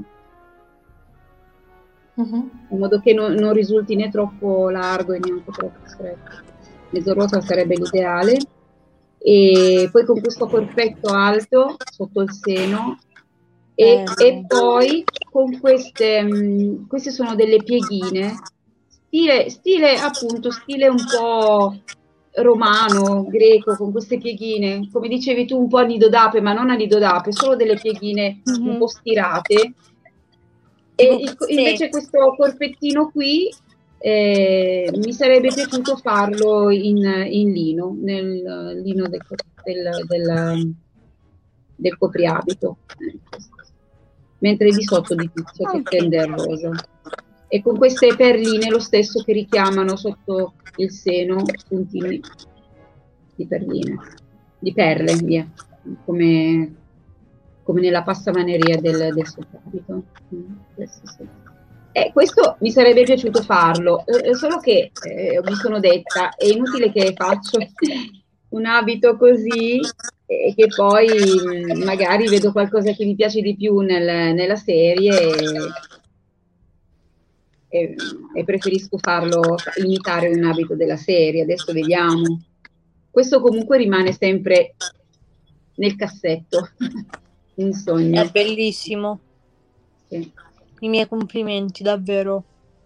uh-huh. in modo che non, non risulti né troppo largo e neanche troppo stretto. Mezza ruota sarebbe l'ideale, e poi con questo corpetto alto sotto il seno e, e poi con queste um, queste sono delle pieghine Stile, stile appunto, stile un po' romano, greco, con queste pieghine, come dicevi tu, un po' a nido d'ape, ma non a nido d'ape, solo delle pieghine mm-hmm. un po' stirate. E il, invece questo corpettino qui eh, mi sarebbe piaciuto farlo in, in lino, nel lino del, del, del, del copriabito, mentre di sotto di pizzo che tende al rosa. E con queste perline lo stesso che richiamano sotto il seno puntini di perline, di perle, via, come, come nella passamaneria del, del soprabito. Questo, sì. E questo mi sarebbe piaciuto farlo, eh, solo che eh, mi sono detta, è inutile che faccio un abito così e che poi mh, magari vedo qualcosa che mi piace di più nel, nella serie e, E, e preferisco farlo, imitare un abito della serie. Adesso vediamo. Questo comunque rimane sempre nel cassetto, un sogno. È bellissimo. Sì. I miei complimenti, davvero.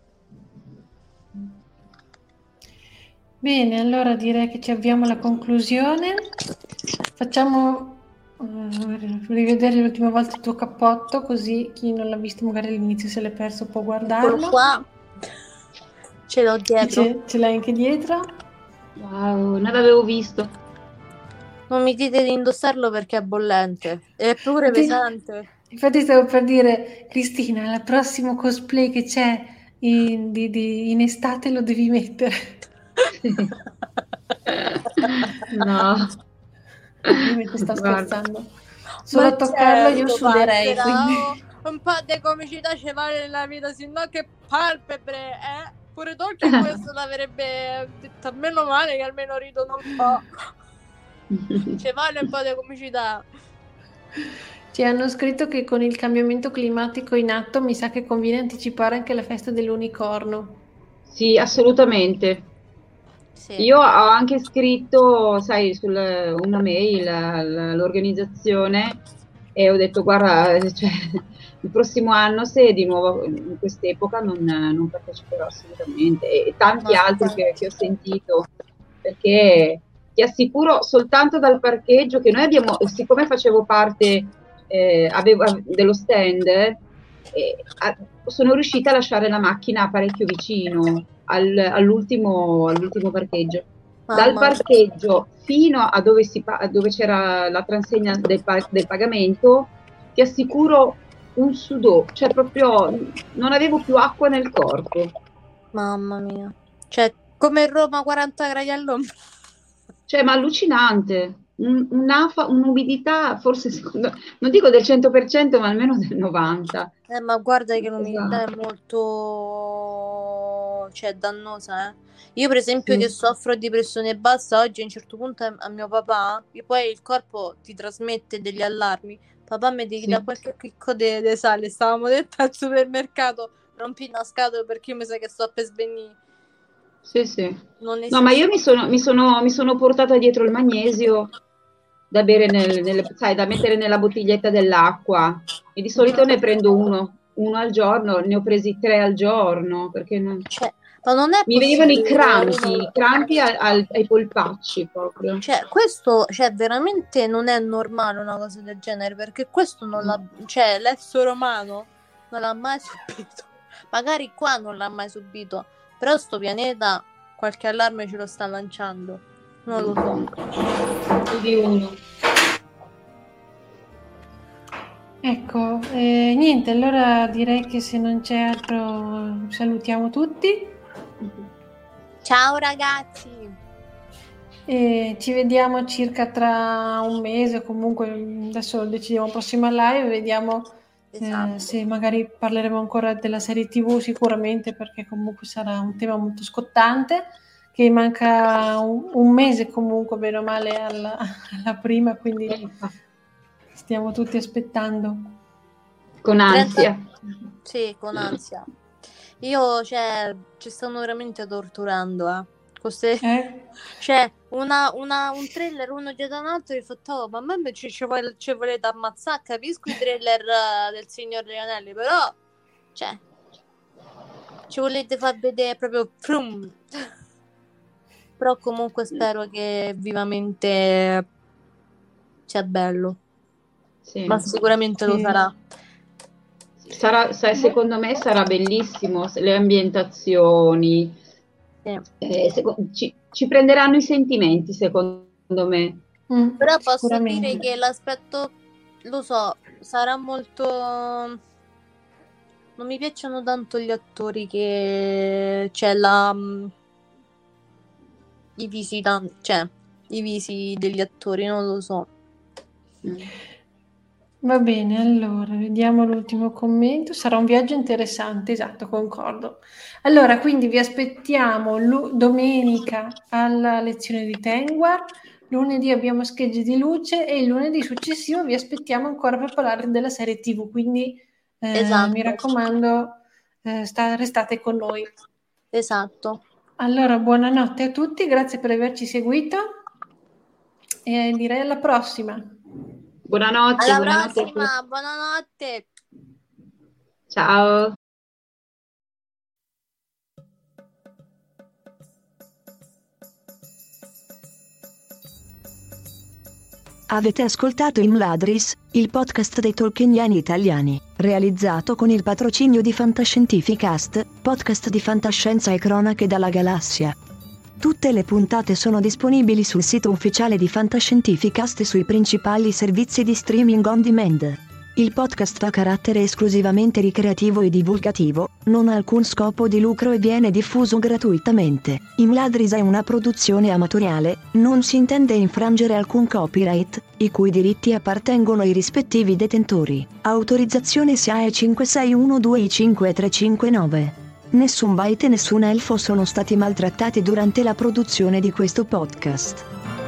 Bene, allora direi che ci avviamo alla conclusione. Facciamo rivedere l'ultima volta il tuo cappotto, così chi non l'ha visto magari all'inizio se l'è perso può guardarlo. Eccolo qua, ce l'ho dietro. Ce, ce l'hai anche dietro? Wow, non l'avevo visto. Non mi dite di indossarlo perché è bollente, è pure Infatti, pesante. Infatti stavo per dire, Cristina, il prossimo cosplay che c'è in, di, di, in estate lo devi mettere. No. Ovviamente sto scherzando. Solo a toccarlo certo, io suderei. Quindi... Un po' di comicità ci vale nella vita, se no che palpebre, eh? Pure Tolkien questo l'avrebbe detto, meno male che almeno ridono un po'. Ci vale un po' di comicità. Ci hanno scritto che con il cambiamento climatico in atto mi sa che conviene anticipare anche la festa dell'unicorno. Sì, assolutamente. Sì. Io ho anche scritto, sai, su una mail all'organizzazione e ho detto, guarda, cioè, il prossimo anno se di nuovo in quest'epoca non, non parteciperò assolutamente, e tanti Ma altri che, che ho sentito, perché ti assicuro soltanto dal parcheggio che noi abbiamo, siccome facevo parte eh, avevo, dello stand, eh, a, sono riuscita a lasciare la macchina parecchio vicino Al, all'ultimo, all'ultimo parcheggio. Mamma. Dal parcheggio fino a dove, si, a dove c'era la transegna del, del pagamento, ti assicuro un sudore, cioè proprio non avevo più acqua nel corpo. Mamma mia. Cioè, come Roma quaranta gradi all'ombra. Cioè, ma allucinante. Un, un'afa, un'umidità, forse secondo, non dico del cento per cento, ma almeno del novanta per cento. Eh, ma guarda che l'umidità Esatto. è molto, cioè, dannosa, eh. Io per esempio Sì. che soffro di pressione bassa, oggi a un certo punto a, a mio papà, che poi il corpo ti trasmette degli allarmi, papà mi devi Sì. dare qualche chicco di sale, stavamo detto al supermercato, rompi una scatola perché io mi sa che sto per svenire. Sì, sì. Non No, ma io esiste. mi sono, mi sono, mi sono portata dietro il magnesio da bere nel, nelle- sai, da mettere nella bottiglietta dell'acqua, e di solito ne prendo uno, uno al giorno, ne ho presi tre al giorno, perché non- Cioè, ma non è mi venivano i possibile che crampi, uno- i crampi al- al- ai polpacci proprio. Cioè, questo, cioè, veramente non è normale una cosa del genere, perché questo non l'ha, cioè, l'essere umano non l'ha mai subito. Magari qua non l'ha mai subito, però sto pianeta qualche allarme ce lo sta lanciando. Non lo so. Più di uno. Ecco, eh, niente, allora direi che se non c'è altro salutiamo tutti Ciao ragazzi! e ci vediamo circa tra un mese o comunque adesso decidiamo prossima live, vediamo eh, Esatto. se magari parleremo ancora della serie tivù sicuramente, perché comunque sarà un tema molto scottante, che manca un, un mese comunque bene o male alla, alla prima, quindi stiamo tutti aspettando. Con ansia. trenta Sì, con ansia. Io, cioè, ci stanno veramente torturando, eh. Queste... Eh? Cioè, una, una, un trailer uno dietro l'altro, e ho fatto, oh, ma a me ci, ci, vuole- ci volete ammazzare, capisco i trailer uh, del Signore degli Anelli, però, cioè, ci volete far vedere proprio frum. Però comunque spero che vivamente sia bello, Sì. ma sicuramente lo Sì. sarà. Sarà, sai, secondo me sarà bellissimo, se- le ambientazioni, Sì. eh, seco- ci, ci prenderanno i sentimenti, secondo me. Mm, Però posso sicuramente. dire che l'aspetto, lo so, sarà molto... Non mi piacciono tanto gli attori che c'è la... i visi, tan- cioè, i visi degli attori, non lo so. Mm. Va bene, allora, vediamo l'ultimo commento. Sarà un viaggio interessante, esatto, concordo. Allora, quindi vi aspettiamo lu- domenica alla lezione di Tengwar, lunedì abbiamo schegge di luce e il lunedì successivo vi aspettiamo ancora per parlare della serie tivù, quindi eh, Esatto. mi raccomando, eh, sta- restate con noi. Esatto. Allora, buonanotte a tutti, grazie per averci seguito e direi alla prossima. Buonanotte, Alla buonanotte a tutti. prossima, buonanotte! Ciao. Avete ascoltato Imladris, il podcast dei tolkieniani italiani, realizzato con il patrocinio di Fantascientificast, podcast di fantascienza e cronache dalla galassia. Tutte le puntate sono disponibili sul sito ufficiale di Fantascientificast e sui principali servizi di streaming on demand. Il podcast ha carattere esclusivamente ricreativo e divulgativo, non ha alcun scopo di lucro e viene diffuso gratuitamente. Imladris è una produzione amatoriale, non si intende infrangere alcun copyright, i cui diritti appartengono ai rispettivi detentori. Autorizzazione S A E cinque sei uno due I cinque tre cinque nove. Nessun byte e nessun elfo sono stati maltrattati durante la produzione di questo podcast.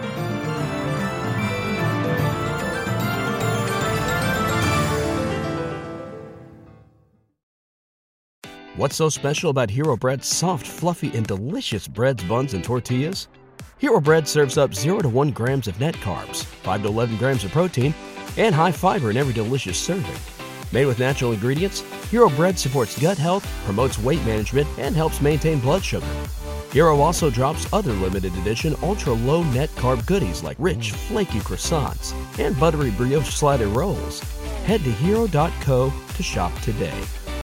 What's so special about Hero Bread's soft, fluffy, and delicious breads, buns, and tortillas? Hero Bread serves up zero to one grams of net carbs, five to eleven grams of protein, and high fiber in every delicious serving. Made with natural ingredients, Hero Bread supports gut health, promotes weight management, and helps maintain blood sugar. Hero also drops other limited edition ultra-low net carb goodies like rich, flaky croissants and buttery brioche slider rolls. Head to hero dot co to shop today.